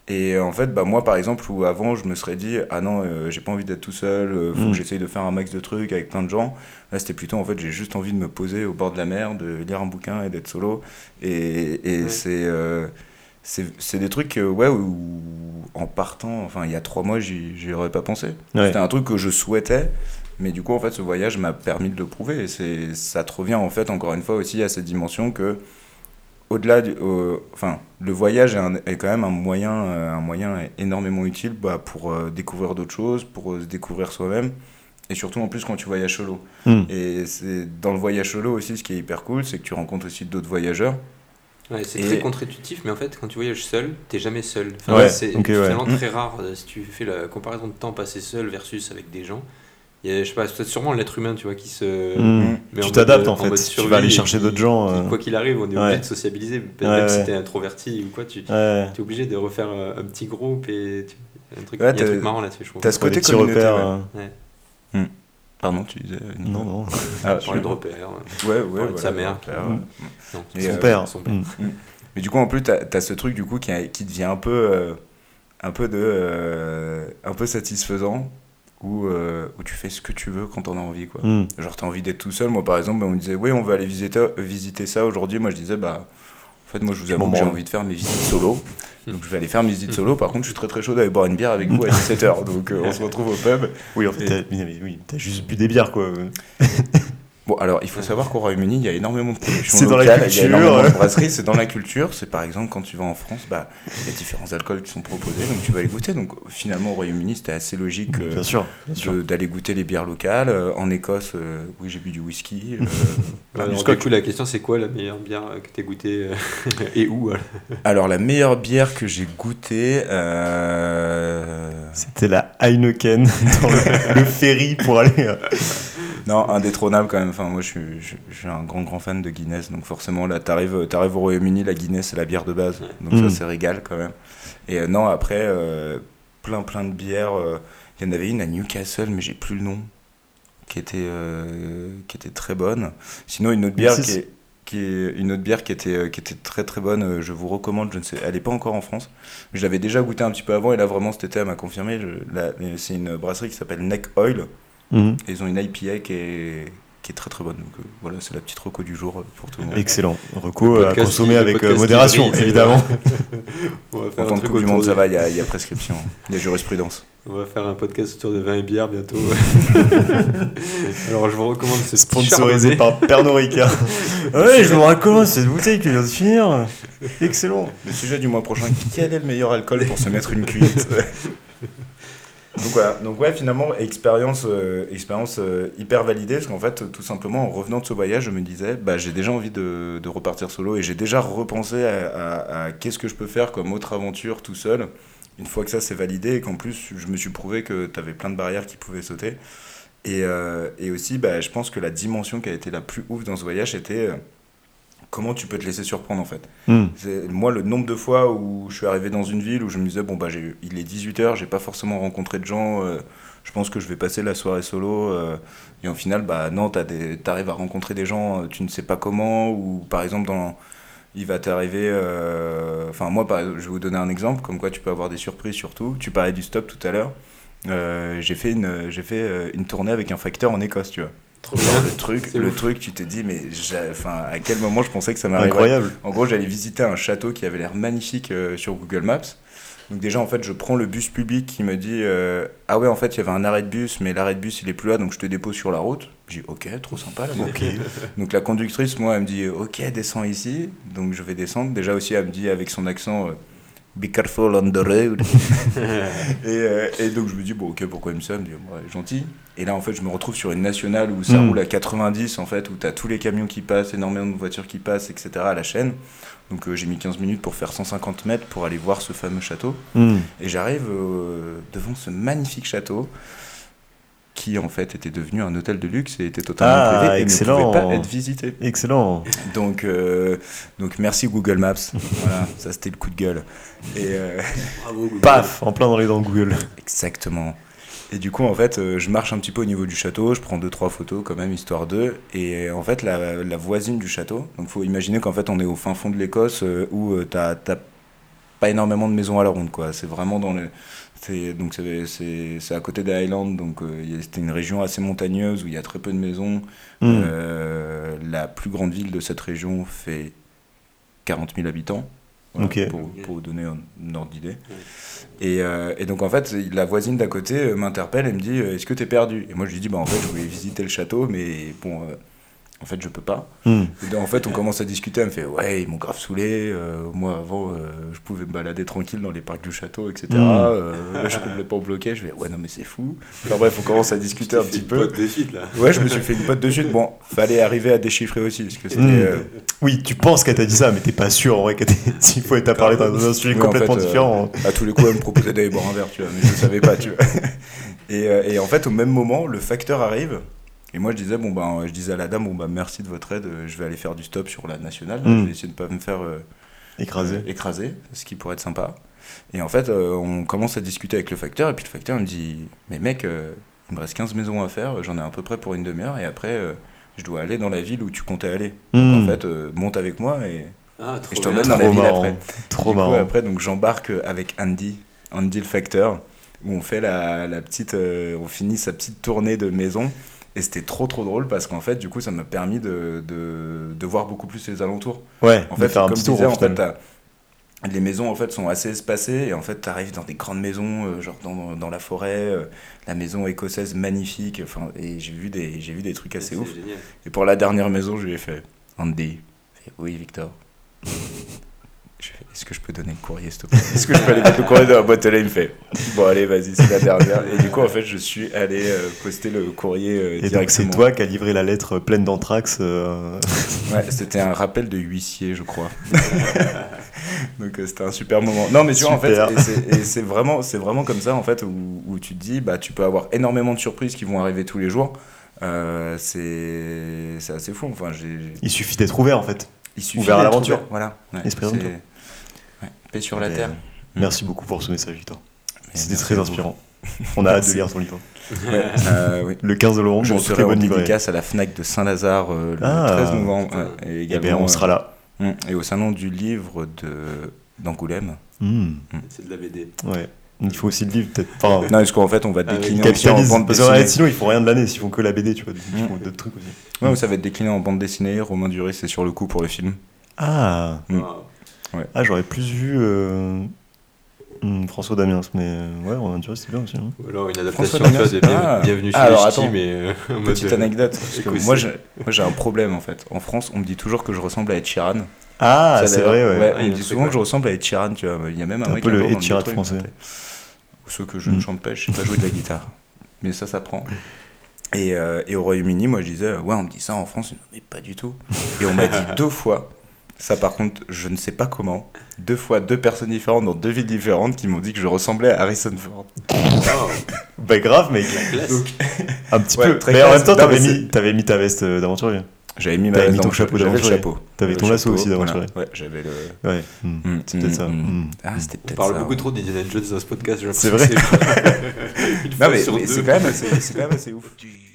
Et en fait, bah, moi, par exemple, où avant, je me serais dit, ah non, j'ai pas envie d'être tout seul, faut que j'essaye de faire un max de trucs avec plein de gens. Là, c'était plutôt, en fait, j'ai juste envie de me poser au bord de la mer, de lire un bouquin et d'être solo. Et c'est des trucs, ouais, où en partant, enfin, il y a 3 mois, j'y aurais pas pensé. Ouais. C'était un truc que je souhaitais, mais du coup, en fait, ce voyage m'a permis de le prouver. Et ça te revient, en fait, encore une fois aussi à cette dimension que au-delà enfin, le voyage est quand même un moyen énormément utile pour découvrir d'autres choses, pour se découvrir soi-même, et surtout en plus quand tu voyages solo. Et c'est dans le voyage solo aussi, ce qui est hyper cool, c'est que tu rencontres aussi d'autres voyageurs. Ouais, c'est très contre-intuitif, mais en fait, quand tu voyages seul, t'es jamais seul. C'est finalement très rare. Si tu fais la comparaison de temps passé seul versus avec des gens, il y a, je sais pas, c'est sûrement l'être humain, tu vois, qui se met tu t'adaptes en mode fait, survie, tu vas aller chercher d'autres gens. Quoi qu'il arrive, on est obligé de sociabiliser. Même si t'es introverti ou quoi, tu es obligé de refaire un petit groupe et il y a un truc marrant là-dessus, je trouve. T'as ce côté petits communauté. repères. Pardon, tu disais. Non. Ah, parler de repères. Ouais, de sa mère. Son père. Mais du coup, en plus, t'as ce truc du coup qui devient un peu satisfaisant. Où tu fais ce que tu veux quand t'en as envie, quoi. Genre t'as envie d'être tout seul. Moi par exemple, on me disait oui, on va aller visiter ça aujourd'hui. Moi je disais bah en fait moi je vous avoue que j'ai envie de faire mes visites solo. Donc je vais aller faire mes visites solo. Par contre je suis très très chaud d'aller boire une bière avec vous à 17h. Donc on se retrouve au pub. Oui en fait t'as juste bu des bières, quoi. Bon, alors, il faut savoir qu'au Royaume-Uni, il y a énormément de production c'est locale, dans la culture, il y a énormément de brasseries, c'est dans la culture. C'est par exemple, quand tu vas en France, il y a différents alcools qui sont proposés, donc tu vas les goûter. Donc finalement, au Royaume-Uni, c'était assez logique bien sûr. D'aller goûter les bières locales. En Écosse, oui, j'ai bu du whisky. Du coup, la question, c'est quoi la meilleure bière que tu as goûtée et où? Alors, la meilleure bière que j'ai goûtée... C'était la Heineken dans le ferry pour aller... Non, indétrônable quand même. Enfin, moi, je suis un grand fan de Guinness. Donc forcément, là, t'arrives au Royaume-Uni, la Guinness, c'est la bière de base. Donc ça, c'est régal quand même. Et non, après, plein de bières. Il y en avait une à Newcastle, mais j'ai plus le nom, qui était très bonne. Sinon, une autre bière qui était très très bonne, je vous recommande, je ne sais, elle n'est pas encore en France. Je l'avais déjà goûté un petit peu avant, et là, vraiment, cet été, elle m'a confirmé. C'est une brasserie qui s'appelle Neck Oil. Et ils ont une IPA qui est très très bonne. Donc voilà, c'est la petite reco du jour pour tout le monde. Excellent. Reco à consommer avec modération, évidemment. En tant que Coupe du Monde, ça va, il y a prescription, il y a jurisprudence. On va faire un podcast autour de vin et bière bientôt. Alors je vous recommande ce sponsorisé par Pernod Ricard. Ouais, je vous recommande cette bouteille qui vient de finir. Excellent. Le sujet du mois prochain, quel est le meilleur alcool pour se mettre une cuite? Donc voilà, ouais, finalement, expérience hyper validée, parce qu'en fait, tout simplement, en revenant de ce voyage, je me disais, j'ai déjà envie de repartir solo, et j'ai déjà repensé à qu'est-ce que je peux faire comme autre aventure tout seul, une fois que ça c'est validé, et qu'en plus, je me suis prouvé que tu avais plein de barrières qui pouvaient sauter. Et aussi, je pense que la dimension qui a été la plus ouf dans ce voyage, c'était... comment tu peux te laisser surprendre en fait. Moi, le nombre de fois où je suis arrivé dans une ville où je me disais il est 18h, j'ai pas forcément rencontré de gens, je pense que je vais passer la soirée solo, et au final non, t'arrives à rencontrer des gens, tu ne sais pas comment, ou par exemple il va t'arriver, moi je vais vous donner un exemple comme quoi tu peux avoir des surprises. Surtout tu parlais du stop tout à l'heure, j'ai fait une tournée avec un facteur en Écosse, tu vois. Le truc, tu te dis, mais à quel moment je pensais que ça m'arriverait. Incroyable. En gros, j'allais visiter un château qui avait l'air magnifique sur Google Maps. Donc déjà, en fait, je prends le bus public qui me dit ah ouais, en fait, il y avait un arrêt de bus, mais l'arrêt de bus, il est plus là, donc je te dépose sur la route. Je dis ok, trop sympa là. Okay. Donc la conductrice, moi, elle me dit ok, descends ici. Donc je vais descendre. Déjà aussi, elle me dit avec son accent be careful on the road. et donc je me dis ok, pourquoi il me dit ouais, gentil. Et là en fait je me retrouve sur une nationale où ça roule à 90 en fait, où t'as tous les camions qui passent, énormément de voitures qui passent, etc. à la chaîne. Donc j'ai mis 15 minutes pour faire 150 mètres pour aller voir ce fameux château. Et j'arrive devant ce magnifique château qui en fait était devenu un hôtel de luxe et était totalement privé et ne pouvait pas être visité. Excellent. Donc merci Google Maps. Voilà, ça c'était le coup de gueule. Et bravo Google. Paf, en plein dans les dents Google. Exactement. Et du coup en fait je marche un petit peu au niveau du château, je prends 2-3 photos quand même histoire d'eux. Et en fait la voisine du château, donc faut imaginer qu'en fait on est au fin fond de l'Écosse où t'as pas énormément de maisons à la ronde, quoi. C'est vraiment dans le... C'est à côté des Highlands, donc c'était une région assez montagneuse où il y a très peu de maisons. La plus grande ville de cette région fait 40 000 habitants, voilà, pour vous donner un ordre d'idée. Et donc en fait, la voisine d'à côté m'interpelle et me dit est-ce que t'es perdu? Et moi je lui dis en fait je voulais visiter le château, mais bon... en fait, je peux pas. Et en fait, on commence à discuter. Elle me fait ouais, ils m'ont grave saoulé. Moi, avant, je pouvais me balader tranquille dans les parcs du château, etc. Là, je suis complètement bloqué. Je fais ouais, non, mais c'est fou. Enfin bref, on commence à discuter un petit peu. Pote de suite, là. Ouais, je me suis fait une pote de suite. Bon, fallait arriver à déchiffrer aussi. Parce que c'était, Oui, tu penses qu'elle t'a dit ça, mais t'es pas sûr en vrai qu'elle s'il faut être parlé dans un sujet complètement différent. À tous les coups, elle me proposait d'aller boire un verre, tu vois, mais je savais pas, tu vois. Et en fait, au même moment, le facteur arrive. Et moi, je disais à la dame, merci de votre aide, je vais aller faire du stop sur la nationale, je vais essayer de ne pas me faire écraser, ce qui pourrait être sympa. Et en fait, on commence à discuter avec le facteur, et puis le facteur me dit, mais mec, il me reste 15 maisons à faire, j'en ai à peu près pour une demi-heure, et après, je dois aller dans la ville où tu comptais aller. Donc en fait, monte avec moi, et je t'emmène dans la ville après. Trop marrant. Après, donc, j'embarque avec Andy le facteur, où on fait la petite, on finit sa petite tournée de maison. Et c'était trop drôle parce qu'en fait, du coup, ça m'a permis de voir beaucoup plus les alentours. Ouais, en fait, faire un comme petit je tour. disais, en fait, les maisons en fait, sont assez espacées et en fait, tu arrives dans des grandes maisons, genre dans la forêt, la maison écossaise magnifique. Et j'ai vu des trucs assez ouf. Génial. Et pour la dernière maison, je lui ai fait Andy. Oui, Victor. Est-ce que je peux donner le courrier, s'il te plaît? Est-ce que je peux aller mettre le courrier dans la boîte à lettres? Il me fait bon, allez, vas-y, c'est la dernière. Et du coup, en fait, je suis allé poster le courrier et directement. Donc, c'est toi qui as livré la lettre pleine d'anthrax. Ouais, c'était un rappel de huissier, je crois. Donc, c'était un super moment. Non, mais tu vois, en fait, c'est vraiment comme ça, en fait, où tu te dis, tu peux avoir énormément de surprises qui vont arriver tous les jours. C'est assez fou. Enfin, il suffit d'être ouvert, en fait. Il suffit ouvert à d'être l'aventure. ouvert, voilà. Ouais, Esprit d'aventure. Paix sur la terre. Merci beaucoup pour ce message, Victor. C'était très inspirant. On a hâte de lire ton livre. Oui. Le 15 novembre, je serai en librairie. dédicace à la Fnac de Saint-Lazare le 13 novembre. Et également, on sera là. Et au salon du livre d'Angoulême. C'est de la BD. Ouais. Il faut aussi le livre, peut-être. Enfin, non, parce qu'en fait, on va décliner aussi en bande dessinée. Parce que sinon, ils font rien de l'année. S'ils font que la BD, tu vois, ils font d'autres trucs aussi. Ouais, ça va être décliné en bande dessinée. Romain Duris, c'est sur le coup pour le film. Ah. Ouais. Ah, j'aurais plus vu François Damiens, mais ouais, Romain Duris, c'est bien aussi. Hein. Ou alors une adaptation de Bienvenue chez les Ch'tis, mais petite anecdote. Parce que moi, j'ai un problème en fait. En France, on me dit toujours que je ressemble à Ed Sheeran. Ah, c'est vrai, ouais. On me dit souvent que je ressemble à Ed Sheeran, tu vois. Il y a même un mec peu le Ed Sheeran français. Sauf que je ne chante pas, je sais pas jouer de la guitare. Mais ça prend. Et au Royaume-Uni, moi, je disais, ouais, on me dit ça en France, mais pas du tout. Et on m'a dit 2 fois. Ça, par contre, je ne sais pas comment. 2 fois, 2 personnes différentes dans 2 villes différentes qui m'ont dit que je ressemblais à Harrison Ford. Bah grave, mec. Donc, un petit peu. Mais en même temps, t'avais mis ta veste d'aventurier. J'avais mis ma veste ton chapeau d'aventurier. T'avais ton lasso aussi d'aventurier. Ouais, j'avais le... Ouais, c'est peut-être ça. Ah, c'était peut-être ça. On ça. parle beaucoup trop d'Indiana Jones dans ce podcast. C'est vrai. Non, mais c'est quand même assez ouf.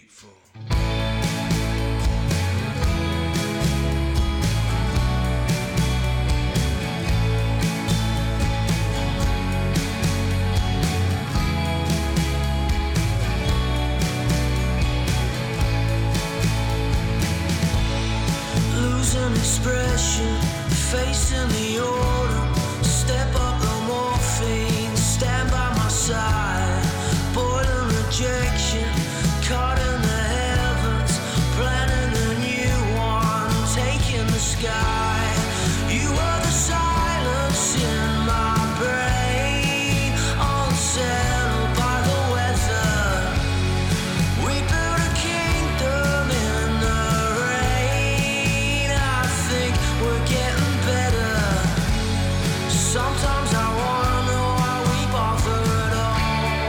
Expression, facing the autumn. Step up the morphine, stand by my side. Boiling rejection, caught in the heavens, planning a new one, taking the sky. You are the silence in my brain, unsettled by the weather. We built a kingdom in the rain. I think we're getting better. Sometimes I wanna know why we bother at all.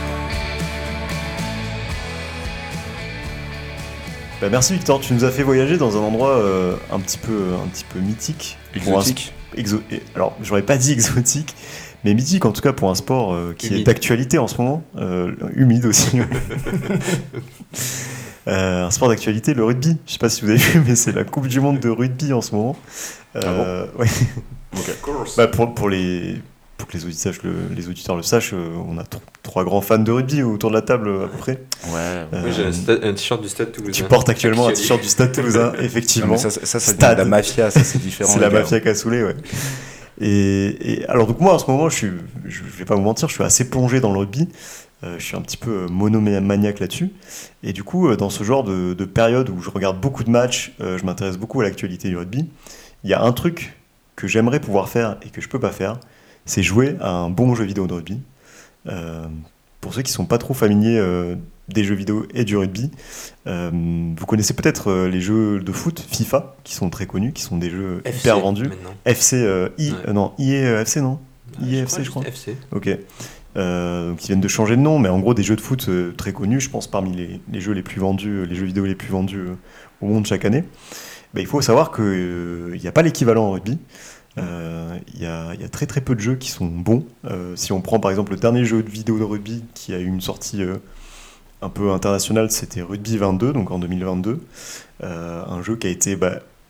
Bah merci Victor, tu nous as fait voyager dans un endroit un petit peu mythique. Exotique. Alors, j'aurais pas dit exotique, mais mythique en tout cas pour un sport qui est d'actualité en ce moment. Humide aussi. Un sport d'actualité, le rugby. Je sais pas si vous avez vu, mais c'est la Coupe du Monde de rugby en ce moment. Ouais. Bah, pour que les auditeurs le sachent, on a trois grands fans de rugby autour de la table à peu près. Ouais. Moi, j'ai un t-shirt du Stade Toulousain. Tu portes actuellement un t-shirt du Stade Toulousain, effectivement. Non, ça vient de la mafia, ça c'est différent. C'est la mafia cassoulet, ouais. Et alors donc moi en ce moment, je vais pas vous mentir, je suis assez plongé dans le rugby. Je suis un petit peu monomaniaque là-dessus. Et du coup, dans ce genre de période où je regarde beaucoup de matchs, je m'intéresse beaucoup à l'actualité du rugby. Il y a un truc que j'aimerais pouvoir faire et que je peux pas faire, c'est jouer à un bon jeu vidéo de rugby. Pour ceux qui sont pas trop familiers des jeux vidéo et du rugby, vous connaissez peut-être les jeux de foot FIFA, qui sont très connus, qui sont des jeux FC, hyper vendus. maintenant. FC, non, EA FC, non Ouais, EA FC, je crois. FC. Ok. Donc ils viennent de changer de nom, mais en gros des jeux de foot très connus, je pense parmi les jeux les plus vendus, les jeux vidéo les plus vendus au monde chaque année. Il faut savoir qu'il n'y a pas l'équivalent en rugby. Il y a très très peu de jeux qui sont bons. Si on prend par exemple le dernier jeu de vidéo de rugby qui a eu une sortie un peu internationale, c'était Rugby 22, donc en 2022. Un jeu qui a été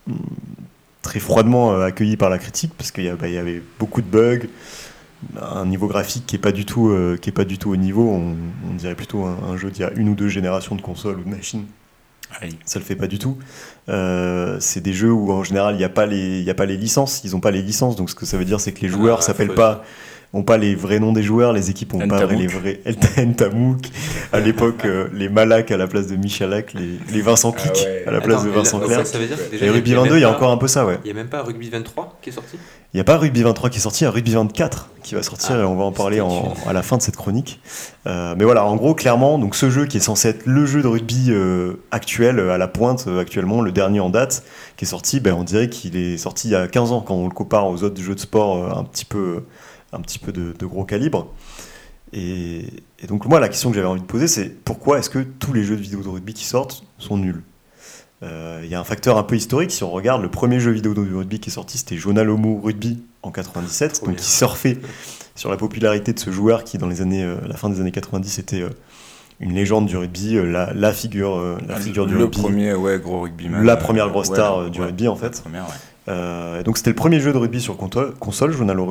très froidement accueilli par la critique parce qu'il y avait beaucoup de bugs, un niveau graphique qui est pas du tout au niveau. On dirait plutôt un jeu d'il y a une ou deux générations de consoles ou de machines. Ça le fait pas du tout. C'est des jeux où en général il y a pas les licences. Ils ont pas les licences, donc ce que ça veut dire c'est que les joueurs ont pas les vrais noms des joueurs, les équipes ont pas les vrais Ntamouk, à l'époque les Malak à la place de Michalak, les Vincent Clic à la place de Vincent Clerc. Ça veut dire que déjà, Et Rugby 22, il y a encore un peu ça, ouais. Il y a même pas Rugby 23 qui est sorti. Il n'y a pas Rugby 23 qui est sorti, il y a Rugby 24 qui va sortir et on va en parler à la fin de cette chronique. Mais voilà, en gros, clairement, donc ce jeu qui est censé être le jeu de rugby actuel, à la pointe actuellement, le dernier en date, qui est sorti, on dirait qu'il est sorti il y a 15 ans quand on le compare aux autres jeux de sport un petit peu de gros calibre. Et donc moi, la question que j'avais envie de poser, c'est pourquoi est-ce que tous les jeux de vidéo de rugby qui sortent sont nuls ? Il y a un facteur un peu historique. Si on regarde le premier jeu vidéo de rugby qui est sorti, c'était Jonalomu Rugby en 97, donc qui surfait sur la popularité de ce joueur qui dans la fin des années 90 était une légende du rugby, la figure du rugby, premier gros rugbyman, la première grosse star du rugby en fait. Donc c'était le premier jeu de rugby sur console,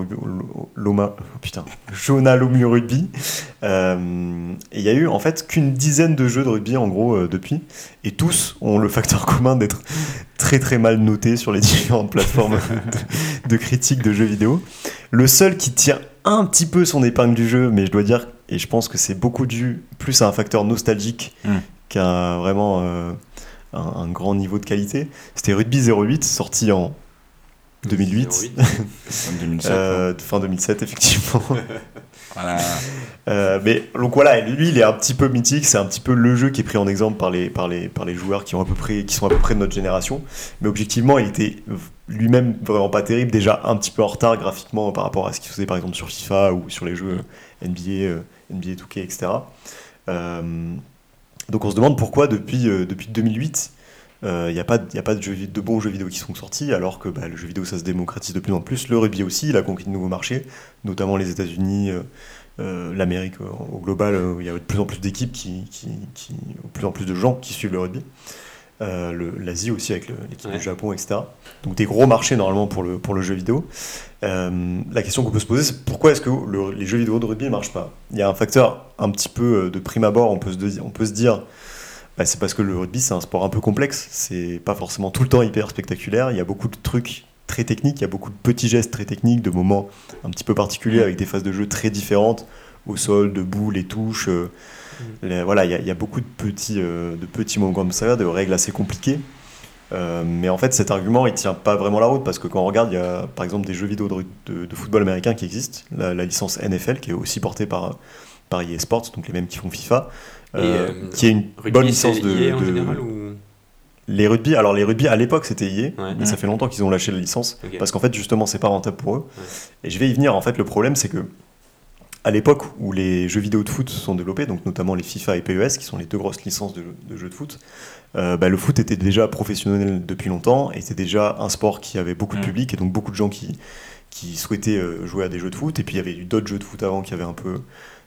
Jonalomu Rugby. Et il y a eu en fait qu'une dizaine de jeux de rugby en gros depuis, et tous ont le facteur commun d'être très très mal notés sur les différentes plateformes de critique de jeux vidéo. Le seul qui tire un petit peu son épingle du jeu, mais je dois dire, et je pense que c'est beaucoup dû plus à un facteur nostalgique qu'à vraiment un grand niveau de qualité, c'était Rugby 08, sorti en 2008, 2007, fin 2007 effectivement. Voilà. Mais donc voilà, lui il est un petit peu mythique, c'est un petit peu le jeu qui est pris en exemple par les joueurs qui sont à peu près de notre génération. Mais objectivement, il était lui-même vraiment pas terrible, déjà un petit peu en retard graphiquement par rapport à ce qu'il faisait par exemple sur FIFA ou sur les jeux NBA 2K, etc. Donc on se demande pourquoi depuis 2008 il n'y a pas de bons jeux vidéo qui sont sortis, alors que le jeu vidéo ça se démocratise de plus en plus. Le rugby aussi, il a conquis de nouveaux marchés, notamment les États-Unis, l'Amérique au global, où il y a de plus en plus d'équipes, de plus en plus de gens qui suivent le rugby. L'Asie aussi avec l'équipe du Japon, etc. Donc des gros marchés normalement pour le jeu vidéo. La question qu'on peut se poser, c'est pourquoi est-ce que les jeux vidéo de rugby ne marchent pas ? Il y a un facteur un petit peu de prime abord, on peut se dire. C'est parce que le rugby c'est un sport un peu complexe, c'est pas forcément tout le temps hyper spectaculaire, il y a beaucoup de trucs très techniques, il y a beaucoup de petits gestes très techniques, de moments un petit peu particuliers avec des phases de jeu très différentes, au sol, debout, les touches, il y a beaucoup de petits moments comme ça, de règles assez compliquées. Mais en fait cet argument il tient pas vraiment la route, parce que quand on regarde, il y a par exemple des jeux vidéo de football américain qui existent, la licence NFL qui est aussi portée par EA Sports, donc les mêmes qui font FIFA, qui est une bonne licence de en général, ou... Les rugby à l'époque c'était EA, mais ça fait longtemps qu'ils ont lâché la licence, parce qu'en fait justement c'est pas rentable pour eux. Et je vais y venir. En fait le problème c'est que à l'époque où les jeux vidéo de foot sont développés, donc notamment les FIFA et PES qui sont les deux grosses licences de jeux de foot, le foot était déjà professionnel depuis longtemps, et c'était déjà un sport qui avait beaucoup de public et donc beaucoup de gens qui souhaitaient jouer à des jeux de foot. Et puis il y avait eu d'autres jeux de foot avant qui avaient un peu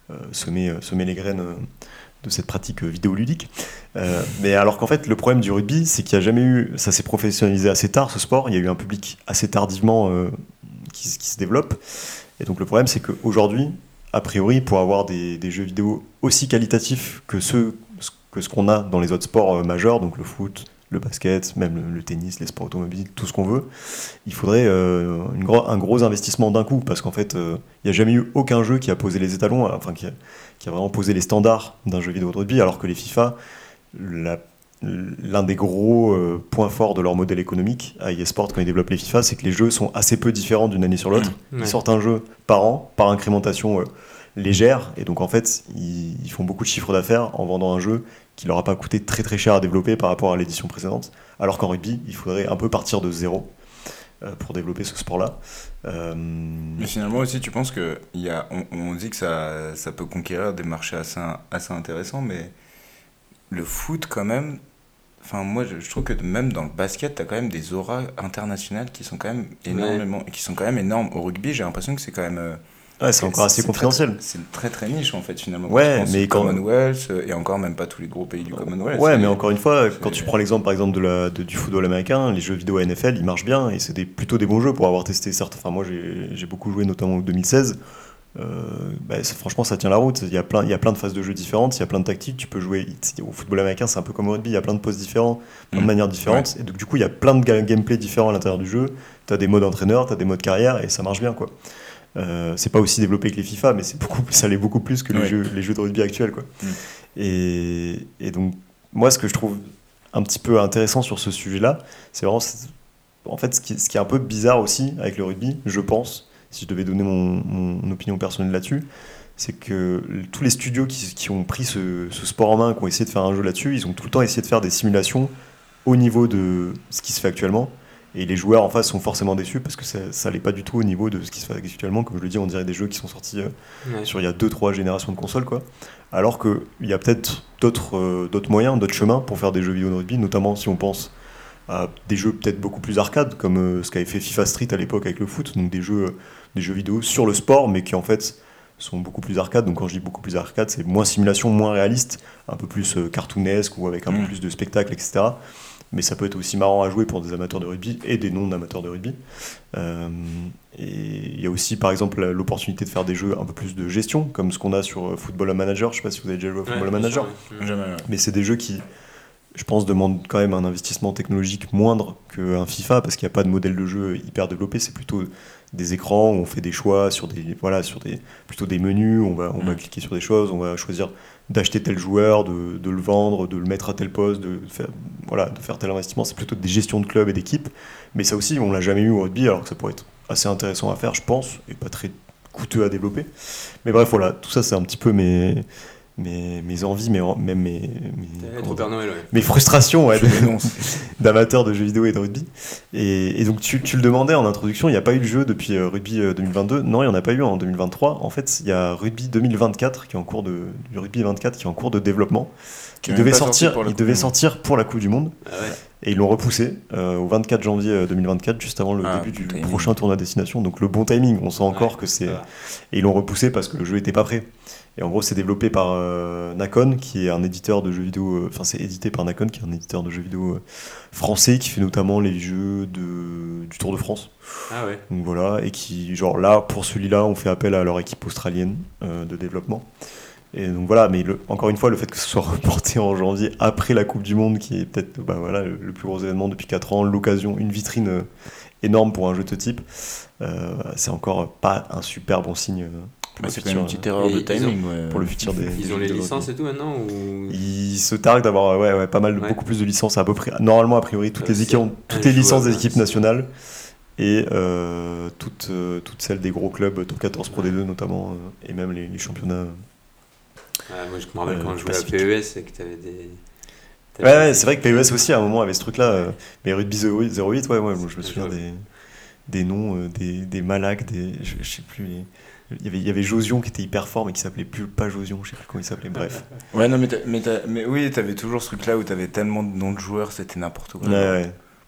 semer les graines de cette pratique vidéoludique. Mais alors qu'en fait, le problème du rugby, c'est qu'il n'y a jamais eu... Ça s'est professionnalisé assez tard, ce sport. Il y a eu un public assez tardivement qui se développe. Et donc le problème, c'est qu'aujourd'hui, a priori, pour avoir des jeux vidéo aussi qualitatifs que ce qu'on a dans les autres sports majeurs, donc le foot, le basket, même le tennis, les sports automobiles, tout ce qu'on veut, il faudrait un gros investissement d'un coup, parce qu'en fait, il n'y a jamais eu aucun jeu qui a posé les étalons, enfin qui a vraiment posé les standards d'un jeu vidéo de rugby, alors que les FIFA, l'un des gros points forts de leur modèle économique à EA Sports quand ils développent les FIFA, c'est que les jeux sont assez peu différents d'une année sur l'autre. Ils sortent un jeu par an, par incrémentation légère, et donc en fait, ils font beaucoup de chiffre d'affaires en vendant un jeu qui leur a pas coûté très très cher à développer par rapport à l'édition précédente, alors qu'en rugby, il faudrait un peu partir de zéro pour développer ce sport-là. Mais finalement aussi, tu penses que on dit que ça peut conquérir des marchés assez intéressants, mais le foot quand même, enfin moi je trouve que même dans le basket, t'as quand même des auras internationales qui sont quand même énormes. Au rugby, j'ai l'impression que c'est quand même c'est encore assez confidentiel. C'est très très niche en fait finalement. Ouais, mais Commonwealth, et encore même pas tous les gros pays du Commonwealth. Ouais, mais encore une fois, quand tu prends l'exemple par exemple du football américain, les jeux vidéo NFL, ils marchent bien et c'est plutôt des bons jeux pour avoir testé certes. Enfin moi j'ai beaucoup joué notamment en 2016. Franchement ça tient la route. Il y a plein de phases de jeux différentes, il y a plein de tactiques. Tu peux jouer au football américain, c'est un peu comme au rugby, il y a plein de postes différents, plein de manières différentes. Ouais. Et donc du coup il y a plein de gameplay différents à l'intérieur du jeu. T'as des modes entraîneur, t'as des modes carrière et ça marche bien quoi. C'est pas aussi développé que les FIFA, mais ça l'est beaucoup plus que les jeux de rugby actuels quoi. Et donc moi ce que je trouve un petit peu intéressant sur ce sujet-là, c'est vraiment en fait ce qui est un peu bizarre aussi avec le rugby, je pense, si je devais donner mon opinion personnelle là-dessus, c'est que tous les studios qui ont pris ce sport en main, qui ont essayé de faire un jeu là-dessus, ils ont tout le temps essayé de faire des simulations au niveau de ce qui se fait actuellement. Et les joueurs en face sont forcément déçus parce que ça l'est pas du tout au niveau de ce qui se fait actuellement. Comme je le dis, on dirait des jeux qui sont sortis sur il y a 2-3 générations de consoles, quoi. Alors qu'il y a peut-être d'autres moyens, d'autres chemins pour faire des jeux vidéo de rugby, notamment si on pense à des jeux peut-être beaucoup plus arcade, comme ce qu'avait fait FIFA Street à l'époque avec le foot, donc des jeux vidéo sur le sport, mais qui en fait sont beaucoup plus arcade. Donc quand je dis beaucoup plus arcade, c'est moins simulation, moins réaliste, un peu plus cartoonesque ou avec un peu plus de spectacle, etc. Mais ça peut être aussi marrant à jouer pour des amateurs de rugby et des non-amateurs de rugby. Et il y a aussi par exemple l'opportunité de faire des jeux un peu plus de gestion, comme ce qu'on a sur Football Manager. Je sais pas si vous avez déjà joué à Football Manager. Jamais. Mais c'est des jeux qui, je pense, demandent quand même un investissement technologique moindre qu'un FIFA, parce qu'il n'y a pas de modèle de jeu hyper développé. C'est plutôt des écrans où on fait des choix sur plutôt des menus, on va cliquer sur des choses, on va choisir d'acheter tel joueur, de le vendre, de le mettre à tel poste, de faire tel investissement. C'est plutôt des gestions de club et d'équipe, mais ça aussi on l'a jamais eu au rugby, alors que ça pourrait être assez intéressant à faire, je pense, et pas très coûteux à développer. Mais bref, voilà, tout ça c'est un petit peu mes envies, mais même mes frustrations d'amateurs de jeux vidéo et de rugby. Et donc tu le demandais en introduction, il n'y a pas eu de jeu depuis Rugby 2022. Non, il n'y en a pas eu en 2023. En fait, il y a Rugby 2024 qui est en cours de développement. Il devait sortir pour la Coupe du Monde. Ah ouais. Et ils l'ont repoussé au 24 janvier 2024, juste avant le début du prochain tournoi destination. Donc le bon timing, on sent encore que c'est... Et ils l'ont repoussé parce que le jeu n'était pas prêt. Et en gros, c'est développé par Nacon, qui est un éditeur de jeux vidéo... c'est édité par Nacon, qui est un éditeur de jeux vidéo français, qui fait notamment les jeux du Tour de France. Ah ouais. Donc voilà, et qui, là, pour celui-là, on fait appel à leur équipe australienne de développement. Et donc voilà, mais encore une fois, le fait que ce soit reporté en janvier après la Coupe du Monde, qui est peut-être le plus gros événement depuis 4 ans, l'occasion, une vitrine énorme pour un jeu de ce type, c'est encore pas un super bon signe. C'est quand même une petite erreur de timing pour le futur des. Ils ont les licences et tout maintenant ou... Ils se targuent d'avoir pas mal, beaucoup plus de licences à peu près. Normalement, a priori, toutes les équipes ont toutes les licences des équipes nationales et toutes celles des gros clubs, Top 14 Pro D2 notamment, et même les championnats. Moi je me rappelle quand je jouais à PES et que t'avais des... Ouais, c'est vrai que PES aussi à un moment avait ce truc-là, mais Rugby 08, je me souviens des noms, des Malak, je sais plus... Il y avait Josion qui était hyper fort mais qui s'appelait pas Josion, je sais plus comment il s'appelait, bref. Ouais, non, mais oui, t'avais toujours ce truc là où t'avais tellement de noms de joueurs, c'était n'importe quoi. Ouais.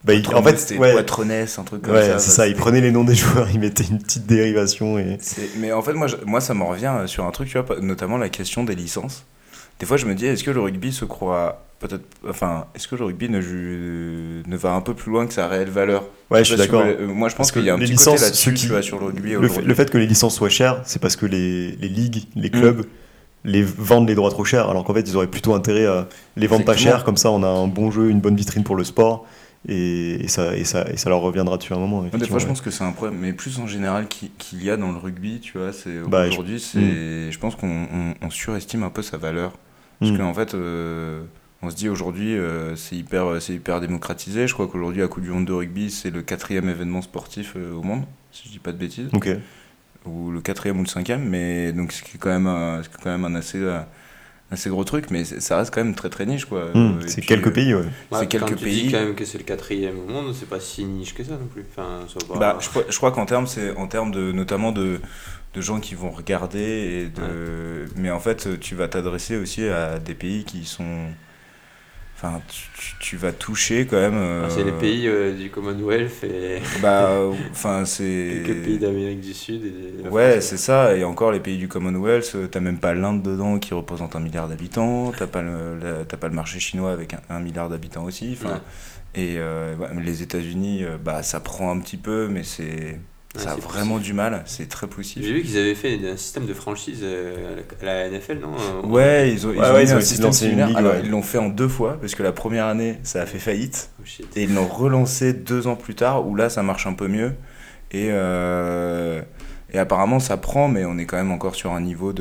Bah, en fait, c'était ouais, Poitronès, un truc comme ouais, ça. c'est ça. Il prenait les noms des joueurs, il mettait une petite dérivation et. Mais en fait, moi, ça m'en revient sur un truc, tu vois, notamment la question des licences. Des fois, je me dis, est-ce que le rugby se croit peut-être, enfin, est-ce que le rugby ne va un peu plus loin que sa réelle valeur? Ouais, je sais suis pas si d'accord. moi, je pense Parce que qu'il y a un les petit licences, côté là-dessus, ceux qui- tu vois, sur le rugby. Le fait que les licences soient chères, c'est parce que les ligues, les clubs, les vendent les droits trop cher, alors qu'en fait, ils auraient plutôt intérêt à les vendre pas Effectivement. cher, comme ça, on a un bon jeu, une bonne vitrine pour le sport, et ça leur reviendra dessus à un moment. Des effectivement, fois, je ouais. pense que c'est un problème, mais plus en général qu'il y a dans le rugby, tu vois, Bah, aujourd'hui, je pense qu'on surestime un peu sa valeur. Parce qu'en fait, on se dit aujourd'hui, c'est hyper démocratisé. Je crois qu'aujourd'hui, la Coupe du Monde de rugby, c'est le 4e événement sportif au monde, si je dis pas de bêtises. Ok. Ou le 4e ou le 5e, mais donc ce qui est quand même un assez gros truc, mais ça reste quand même très très niche, quoi. Et C'est puis, quelques pays, ouais. c'est quelques quand tu pays. dis quand même que c'est le 4e au monde, c'est pas si niche que ça non plus. Enfin, ça va Bah, pas... je crois qu'en termes, notamment de gens qui vont regarder, mais en fait, tu vas t'adresser aussi à des pays qui sont... Enfin, tu vas toucher quand même... C'est les pays du Commonwealth et Enfin, c'est... quelques pays d'Amérique du Sud. Et Ouais, c'est ça, et encore les pays du Commonwealth, t'as même pas l'Inde dedans qui représente 1 milliard d'habitants, t'as pas le marché chinois avec 1 milliard d'habitants aussi, enfin, et les États-Unis, ça prend un petit peu, mais ça a vraiment du mal, c'est très poussif. J'ai vu qu'ils avaient fait un système de franchise à la NFL, non? Ouais, ils ont mis un système lancé une similaire. ligue, Alors, ouais. ils l'ont fait en 2 fois, parce que la première année, ça a fait faillite. Oh, shit. Et ils l'ont relancé 2 ans plus tard, où là, ça marche un peu mieux. Et apparemment, ça prend, mais on est quand même encore sur un niveau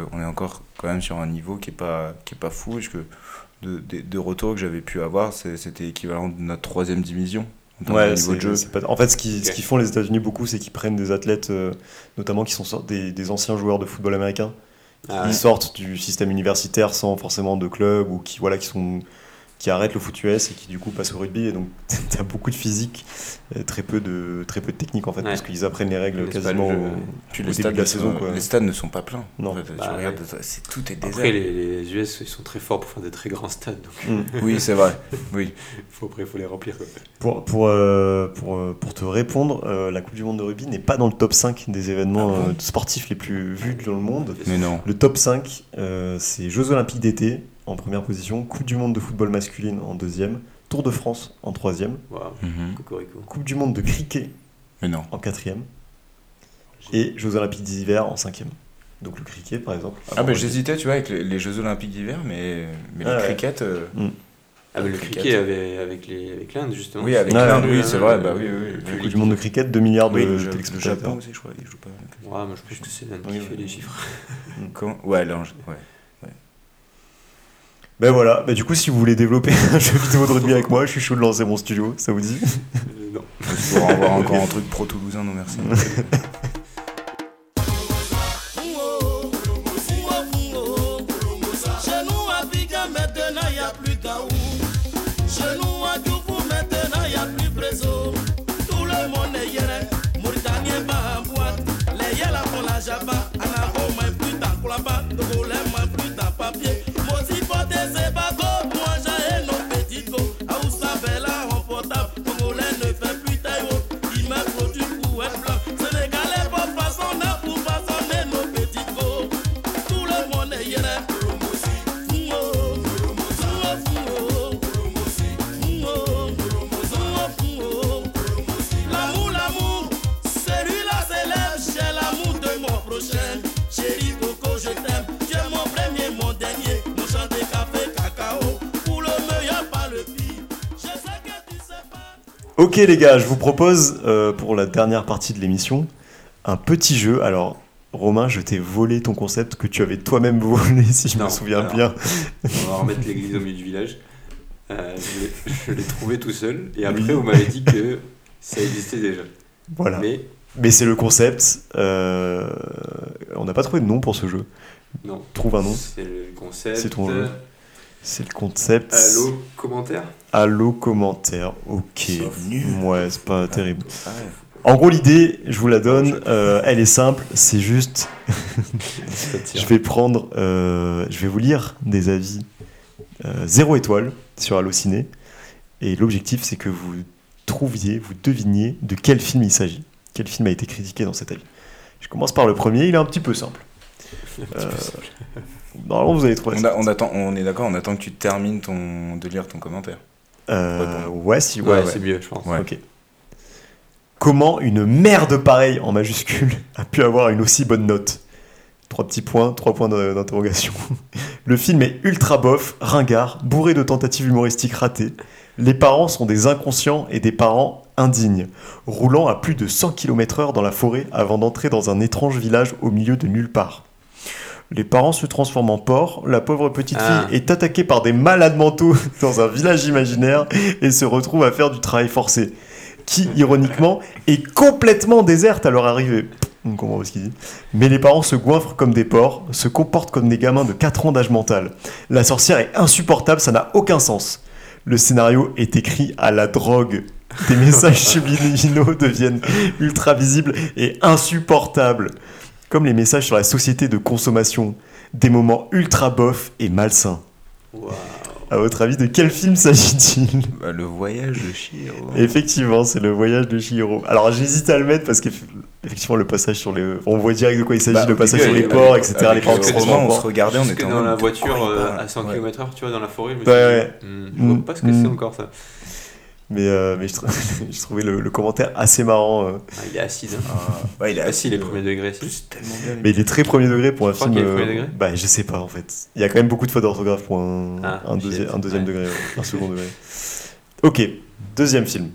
qui est pas fou. Parce que de retours que j'avais pu avoir, c'était équivalent de notre 3e division. En termes de niveau de jeu. En fait, ce qu'ils font les États-Unis beaucoup, c'est qu'ils prennent des athlètes, notamment qui sont des anciens joueurs de football américain, qui sortent du système universitaire sans forcément de club ou qui arrêtent le foot US et qui du coup passent au rugby. Et donc, t'as beaucoup de physique, très peu de technique en fait, parce qu'ils apprennent les règles quasiment Puis au les début stades de la saison. Quoi. Les stades ne sont pas pleins. Non. En fait, tu regardes, tout est désert. Après, les US, ils sont très forts pour faire des très grands stades. Donc Oui, c'est vrai. Oui. Après, il faut les remplir. Quoi. Pour te répondre, la Coupe du Monde de rugby n'est pas dans le top 5 des événements sportifs les plus vus dans le monde. Mais non. Le top 5, c'est Jeux Olympiques d'été en première position, Coupe du Monde de football masculine en 2e, Tour de France en 3e, Wow. Cocorico. Coupe du Monde de cricket Mais non. en 4e et Jeux Olympiques d'hiver en 5e. Donc le cricket par exemple. J'hésitais, tu vois, avec les Jeux Olympiques d'hiver, mais le cricket. Ah, mais le cricket avec l'Inde, justement. Oui, avec l'Inde, oui, c'est vrai. Bah, oui. La Coupe du Monde de cricket, 2 milliards de Le téléspectateurs. Japon aussi, je crois, il joue pas. Ouais, moi je pense que c'est l'Inde qui fait les chiffres. Ouais, l'Inde, ouais. Ben voilà, du coup si vous voulez développer un jeu vidéo de rugby avec moi, je suis chaud de lancer mon studio, ça vous dit? Non. Pour avoir encore un truc pro-toulousain, non merci. Chez nous à Abidjan maintenant y a plus Gaou. Chez nous à Djoufou maintenant y a plus Brésil. Tout le monde est yéré, Mauritanien va en boîte. Les yéla font la jaba, Anabo moins plus dans Koulaba, Togolais moins plus dans papier. Mosi pote c'est bago, moi j'ai nos petits go. Aoussa Bella en portable, Togolais ne fait plus taille haut. Il me produit pour être blanc. Sénégalais pour façonner nos petits go. Tout le monde est yéré. L'amour, celui-là s'élève, j'ai l'amour de mon prochain. Chérie Coco, je t'aime, tu es mon premier, mon dernier. Mon chant de café, cacao, pour le meilleur, pas le pire. Je sais que tu sais pas. Ok les gars, je vous propose pour la dernière partie de l'émission un petit jeu. Alors Romain, je t'ai volé ton concept que tu avais toi-même volé si je me souviens bien. On va remettre l'église au milieu du village. Je l'ai trouvé tout seul et après vous m'avez dit que ça existait déjà. Voilà. Mais c'est le concept. On n'a pas trouvé de nom pour ce jeu. Non. Trouve un nom. C'est le concept. C'est ton jeu. C'est le concept. Allô, commentaire. Allô, commentaire. Ok. Ouais, c'est pas terrible. Ah ouais. En gros, l'idée, je vous la donne, elle est simple, c'est juste... je vais vous lire des avis 0 étoile sur Allociné, et l'objectif, c'est que vous vous deviniez de quel film il s'agit. Quel film a été critiqué dans cet avis. Je commence par le premier, il est un petit peu simple. Normalement, vous allez trouver ça. On est d'accord, on attend que tu termines de lire ton commentaire. Ouais, c'est mieux, je pense. Ouais. Ok. Comment une merde pareille en majuscule a pu avoir une aussi bonne note ? 3 petits points, 3 points d'interrogation. Le film est ultra bof, ringard, bourré de tentatives humoristiques ratées. Les parents sont des inconscients et des parents indignes, roulant à plus de 100 km/h dans la forêt avant d'entrer dans un étrange village au milieu de nulle part. Les parents se transforment en porcs, la pauvre petite fille est attaquée par des malades mentaux dans un village imaginaire et se retrouve à faire du travail forcé, qui, ironiquement, est complètement déserte à leur arrivée. On comprend pas ce qu'il dit. Mais les parents se goinfrent comme des porcs, se comportent comme des gamins de 4 ans d'âge mental. La sorcière est insupportable, ça n'a aucun sens. Le scénario est écrit à la drogue. Des messages subliminaux deviennent ultra visibles et insupportables. Comme les messages sur la société de consommation. Des moments ultra bof et malsains. Wow. À votre avis, de quel film s'agit-il ? Le voyage de Chihiro. Effectivement, c'est le voyage de Chihiro. Alors j'hésite à le mettre parce qu'effectivement le passage sur les... On voit direct de quoi il s'agit, le passage sur les ports, etc. Les ports on se regardait, on était dans la voiture à 100 km/h, tu vois, dans la forêt, je me suis dit, je vois pas ce que c'est encore ça. Mais je trouvais le commentaire assez marrant. Il est acide. Ouais, il est acide, les premiers degrés. C'est tellement bien. Mais il est très premier degré pour un film. Qu'il est premier degré bah, je sais pas en fait. Il y a quand même beaucoup de fautes d'orthographe pour un deuxième degré, un second degré. Ok, deuxième film.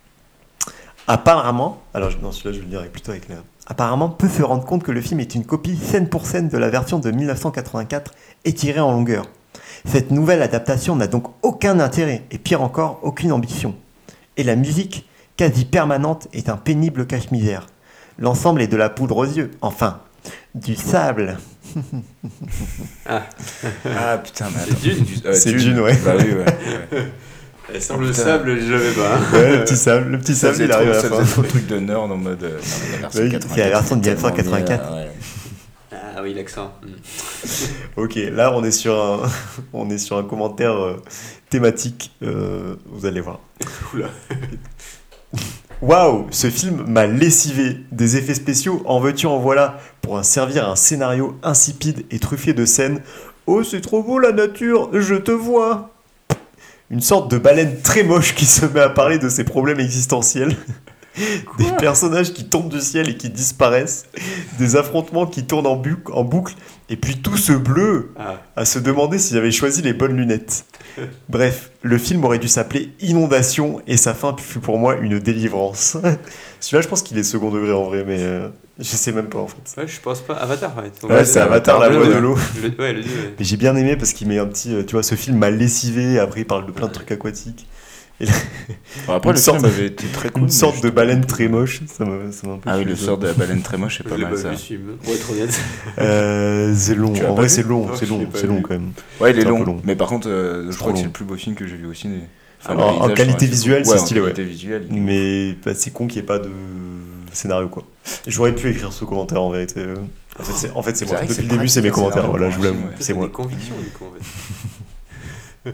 Apparemment, alors non, celui-là je vais le dire plutôt avec l'air. Apparemment, peut se rendre compte que le film est une copie scène pour scène de la version de 1984 étirée en longueur. Cette nouvelle adaptation n'a donc aucun intérêt et pire encore, aucune ambition. Et la musique, quasi permanente, est un pénible cache-misère. L'ensemble est de la poudre aux yeux. Enfin, du sable. Putain, mais c'est Dune. C'est Dune, ouais. Bah oui, ouais. Sans le sable, je l'avais pas. Ouais, le petit sable, il arrive à la fin. Ça faisait trop le truc de nerd en mode... c'est la version de 1984. Ah oui, l'accent. Ok, là on est sur un commentaire thématique. Vous allez voir. Oula. Waouh, ce film m'a lessivé. Des effets spéciaux, en veux-tu, en voilà, pour servir un scénario insipide et truffé de scènes. Oh, c'est trop beau la nature, je te vois. Une sorte de baleine très moche qui se met à parler de ses problèmes existentiels. Des personnages qui tombent du ciel et qui disparaissent, des affrontements qui tournent en boucle, et puis tout ce bleu à se demander s'il avait choisi les bonnes lunettes. Bref, le film aurait dû s'appeler Inondation et sa fin fut pour moi une délivrance. Celui-là, je pense qu'il est second degré en vrai, mais je sais même pas en fait. Ouais, je pense pas. Avatar, ouais. Ouais, c'est Avatar, la voix de l'eau. Ouais. Mais j'ai bien aimé parce qu'il met un petit, tu vois, ce film m'a lessivé, après il parle de plein de trucs aquatiques. Et là, après, le film avait été très cool. Une sorte de baleine très moche, ça m'a un peu. Ah oui, le sort de la baleine très moche, c'est pas mal ça. Pour être honnête. C'est long. En vrai, c'est long quand même. Ouais, il est long. Mais par contre, je crois que c'est le plus beau film que j'ai vu au ciné. En qualité visuelle, c'est stylé, ouais. Visuelle, mais c'est con qu'il n'y ait pas de scénario, quoi. J'aurais pu écrire ce commentaire en vérité. En fait, c'est moi. Depuis le début, c'est mes commentaires. Voilà, je vous l'avoue. C'est moi. Des convictions, du coup, en fait.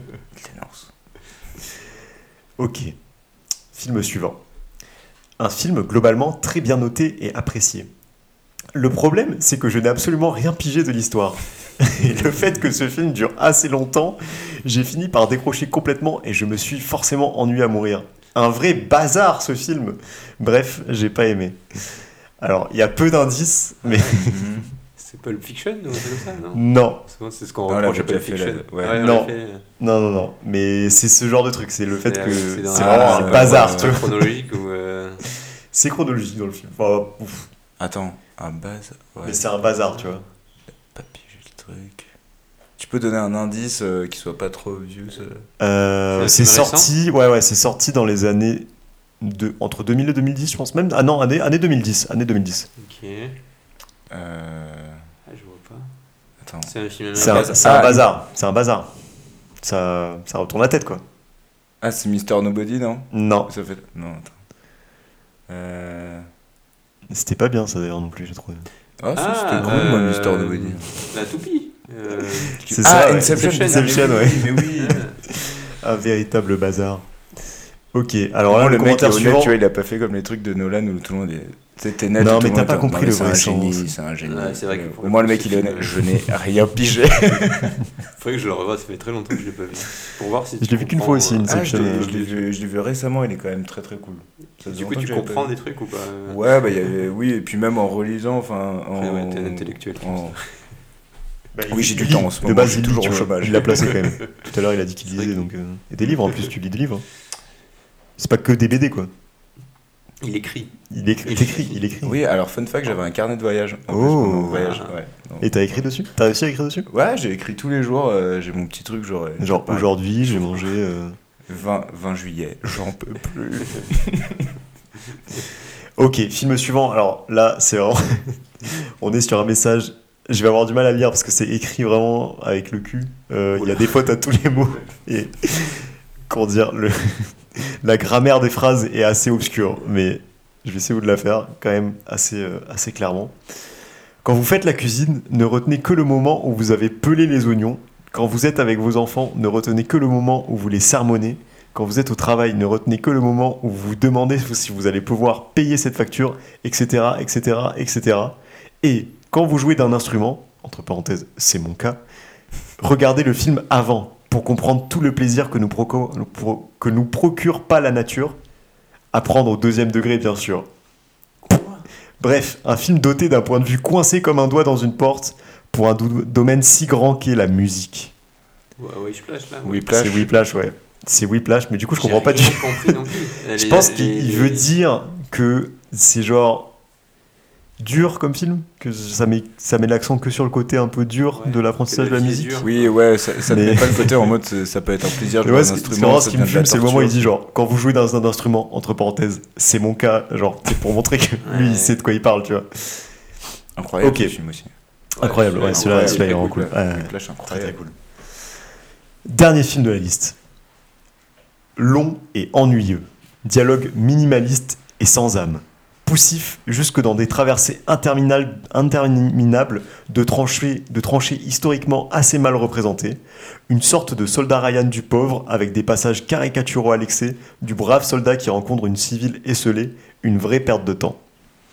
Ok. Film suivant. Un film globalement très bien noté et apprécié. Le problème, c'est que je n'ai absolument rien pigé de l'histoire. Et le fait que ce film dure assez longtemps, j'ai fini par décrocher complètement et je me suis forcément ennuyé à mourir. Un vrai bazar, ce film. Bref, j'ai pas aimé. Alors, il y a peu d'indices, mais... C'est Pulp Fiction ou c'est comme ça, non? Non. C'est ce qu'on reproche à Pulp Fiction. Non. Mais c'est ce genre de truc. C'est le fait que c'est vraiment un bazar, tu vois. C'est chronologique ou... C'est chronologique dans le film. Enfin, Attends, un bazar. Ouais. Mais c'est un bazar, tu vois. Pas pigé le truc. Tu peux donner un indice qui soit pas trop vieux c'est sorti... Ouais, c'est sorti dans les années... Entre 2000 et 2010, je pense même. Ah non, année 2010. Année 2010. Ok. Je vois pas. Attends. C'est un film C'est un bazar. C'est un bazar. Ça retourne la tête, quoi. Ah, c'est Mr. Nobody, non? Non. Ça fait... Non, attends. C'était pas bien, ça, d'ailleurs, non plus, j'ai trouvé. Ah, ça, c'était cool, moi, Mr. Nobody. La toupie. C'est ça, Inception, ouais. mais oui. Un véritable bazar. Ok, alors là, le le mec est commentaire honnête, suivant. tu vois, il a pas fait comme les trucs de Nolan où tout le monde est. C'était net. Non, tout mais le t'as monde pas était, compris non, mais le c'est vrai un sens. génie, c'est un génie. Ouais, c'est vrai que pour Au moins, le le mec, coup, il est ce honnête. film, Je n'ai rien pigé. Faudrait que je le revoie, ça fait très longtemps que je l'ai pas vu. Pour voir si Je l'ai vu qu'une fois aussi, une Ah, section. je l'ai vu récemment, il est quand même très très cool. Ça faisait Du coup, longtemps tu que j'avais comprends pas des vu. trucs ou pas Ouais, bah, oui, et puis même en relisant, enfin. Après, ouais, t'es un intellectuel. Bah, Oui, j'ai il du lit. temps en ce De moment, base, je suis il lit, toujours tu au vois. chômage. Il l'a placé quand même. Tout à l'heure, il a dit qu'il C'est vrai lisait, que- donc. Et des livres en plus, tu lis des livres. C'est pas que des BD, quoi. Il écrit. Il écrit. Oui, alors fun fact, j'avais un carnet de voyage. En plus, Oh. pendant mon voyage. Ouais. Donc, Et t'as écrit dessus? T'as réussi à écrire dessus? ouais, j'ai écrit tous les jours, j'ai mon petit truc, genre. Genre, pareil. aujourd'hui, j'ai mangé. 20 juillet, j'en peux plus. Ok, film suivant. Alors là, c'est vraiment. On est sur un message. Je vais avoir du mal à lire parce que c'est écrit vraiment avec le cul. Il y a des fautes à tous les mots. Et. Comment dire la grammaire des phrases est assez obscure. Mais je vais essayer de la faire quand même assez clairement. Quand vous faites la cuisine, ne retenez que le moment où vous avez pelé les oignons. Quand vous êtes avec vos enfants, ne retenez que le moment où vous les sermonnez. Quand vous êtes au travail, ne retenez que le moment où vous vous demandez si vous allez pouvoir payer cette facture, etc., etc., etc. Et quand vous jouez d'un instrument, entre parenthèses, c'est mon cas, regardez le film avant pour comprendre tout le plaisir que nous procure pas la nature. À prendre au 2e degré, bien sûr. Bref, un film doté d'un point de vue coincé comme un doigt dans une porte pour un domaine si grand qu'est la musique. Ouais, je plage là. Whiplash. C'est Whiplash, ouais. C'est Whiplash, mais du coup, je comprends pas du J'ai rien compris non plus. Je pense qu'il veut dire que c'est genre dur comme film, que ça met l'accent que sur le côté un peu dur Ouais, de l'apprentissage de la que la vie est musique. dure. Oui, ouais, ça Mais- met pas le côté en mode ça peut être un plaisir de Mais ouais, jouer un c'est instrument. vraiment ça ce qui me devient de la fume, c'est le moment où il torture. dit genre, quand vous jouez dans un instrument, entre parenthèses, c'est mon cas, genre, c'est pour montrer que lui, il sait de quoi il parle, tu vois. Incroyable Ok. ce film aussi. Incroyable, ouais, celui-là il est vraiment cool. Ouais. Whiplash, incroyable. cool. Dernier film de la liste. Long et ennuyeux. Dialogue minimaliste et sans âme. Poussif jusque dans des traversées interminables de tranchées historiquement assez mal représentées. Une sorte de soldat Ryan du pauvre avec des passages caricaturaux à l'excès, du brave soldat qui rencontre une civile esseulée, une vraie perte de temps.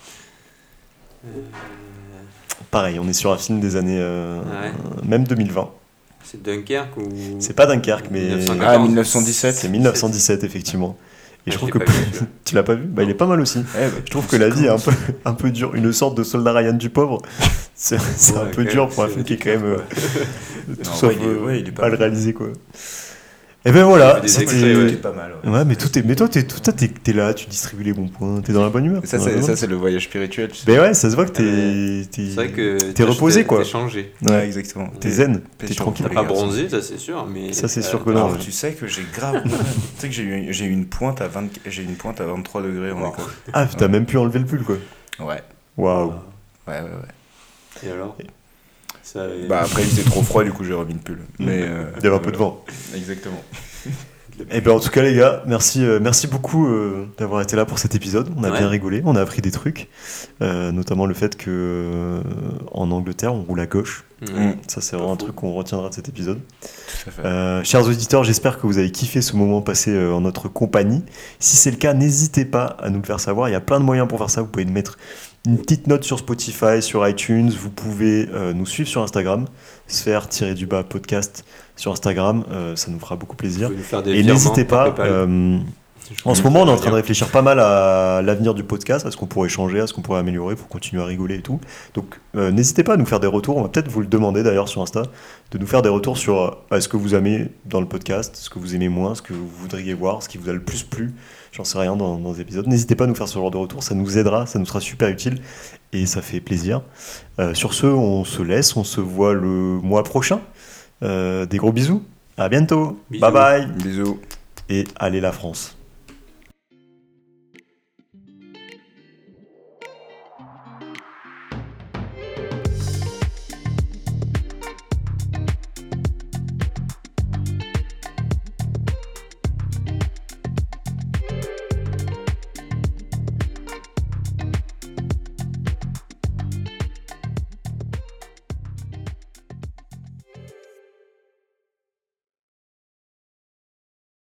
Pareil, on est sur un film des années... même 2020. C'est Dunkerque ou. C'est pas Dunkerque, mais... 1914. Ah, 1917. C'est 1917, effectivement. Et Ah, je je trouve l'ai que... pas vu, celui-là. Tu l'as pas vu? Bah, il est pas mal aussi. Eh, bah, Je trouve que la vie est un peu dure. Une sorte de soldat Ryan du pauvre, c'est un peu dur pour un film qui est quand même tout Non, sauf ouais, il est pas mal mal. réalisé, quoi. Et ben voilà, Des c'était... extraits, C'était pas mal. Ouais. Ouais, mais toi, t'es là, tu distribues les bons points, t'es dans la bonne humeur. Ça, t'es dans la bonne c'est humeur. le voyage spirituel. Tu sais. Ben ouais, ça se voit que C'est vrai que. t'es reposé, quoi. T'es changé. Ouais, exactement. T'es zen, T'es t'es sur- tranquille. les Pas garçons. bronzé, ça c'est sûr, mais. Ça, c'est sûr que non. Alors, ouais. tu sais que j'ai grave. Tu sais que j'ai eu une pointe à 23 degrés en école. Ah, t'as même pu enlever le pull, quoi. Ouais. Waouh. Ouais. Et alors ça, Bah après, il faisait trop froid, du coup, j'ai remis le pull. Mais, Il y avait un peu de vent. Exactement. Et ben en tout cas les gars, merci beaucoup d'avoir été là pour cet épisode. On a Ouais. bien rigolé, on a appris des trucs, notamment le fait que en Angleterre on roule à gauche. Mm. Ça c'est vraiment un truc qu'on retiendra de cet épisode. Tout à fait. Chers auditeurs, j'espère que vous avez kiffé ce moment passé en notre compagnie. Si c'est le cas, n'hésitez pas à nous le faire savoir. Il y a plein de moyens pour faire ça. Vous pouvez nous mettre une petite note sur Spotify, sur iTunes. Vous pouvez nous suivre sur Instagram, sphère-du-bas podcast sur Instagram. Ça nous fera beaucoup plaisir. Vous pouvez nous faire des Et virements n'hésitez par pas, PayPal. en ce moment on est en train de réfléchir pas mal à l'avenir du podcast, à ce qu'on pourrait changer, à ce qu'on pourrait améliorer pour continuer à rigoler et tout. Donc n'hésitez pas à nous faire des retours, on va peut-être vous le demander d'ailleurs sur Insta, de nous faire des retours sur ce que vous aimez dans le podcast, ce que vous aimez moins, ce que vous voudriez voir, ce qui vous a le plus plu, j'en sais rien dans les épisodes. N'hésitez pas à nous faire ce genre de retour, ça nous aidera, ça nous sera super utile et ça fait plaisir. Sur ce, on se laisse, on se voit le mois prochain. Des gros bisous, à bientôt, Bisous. bye bye Bisous. et allez la France.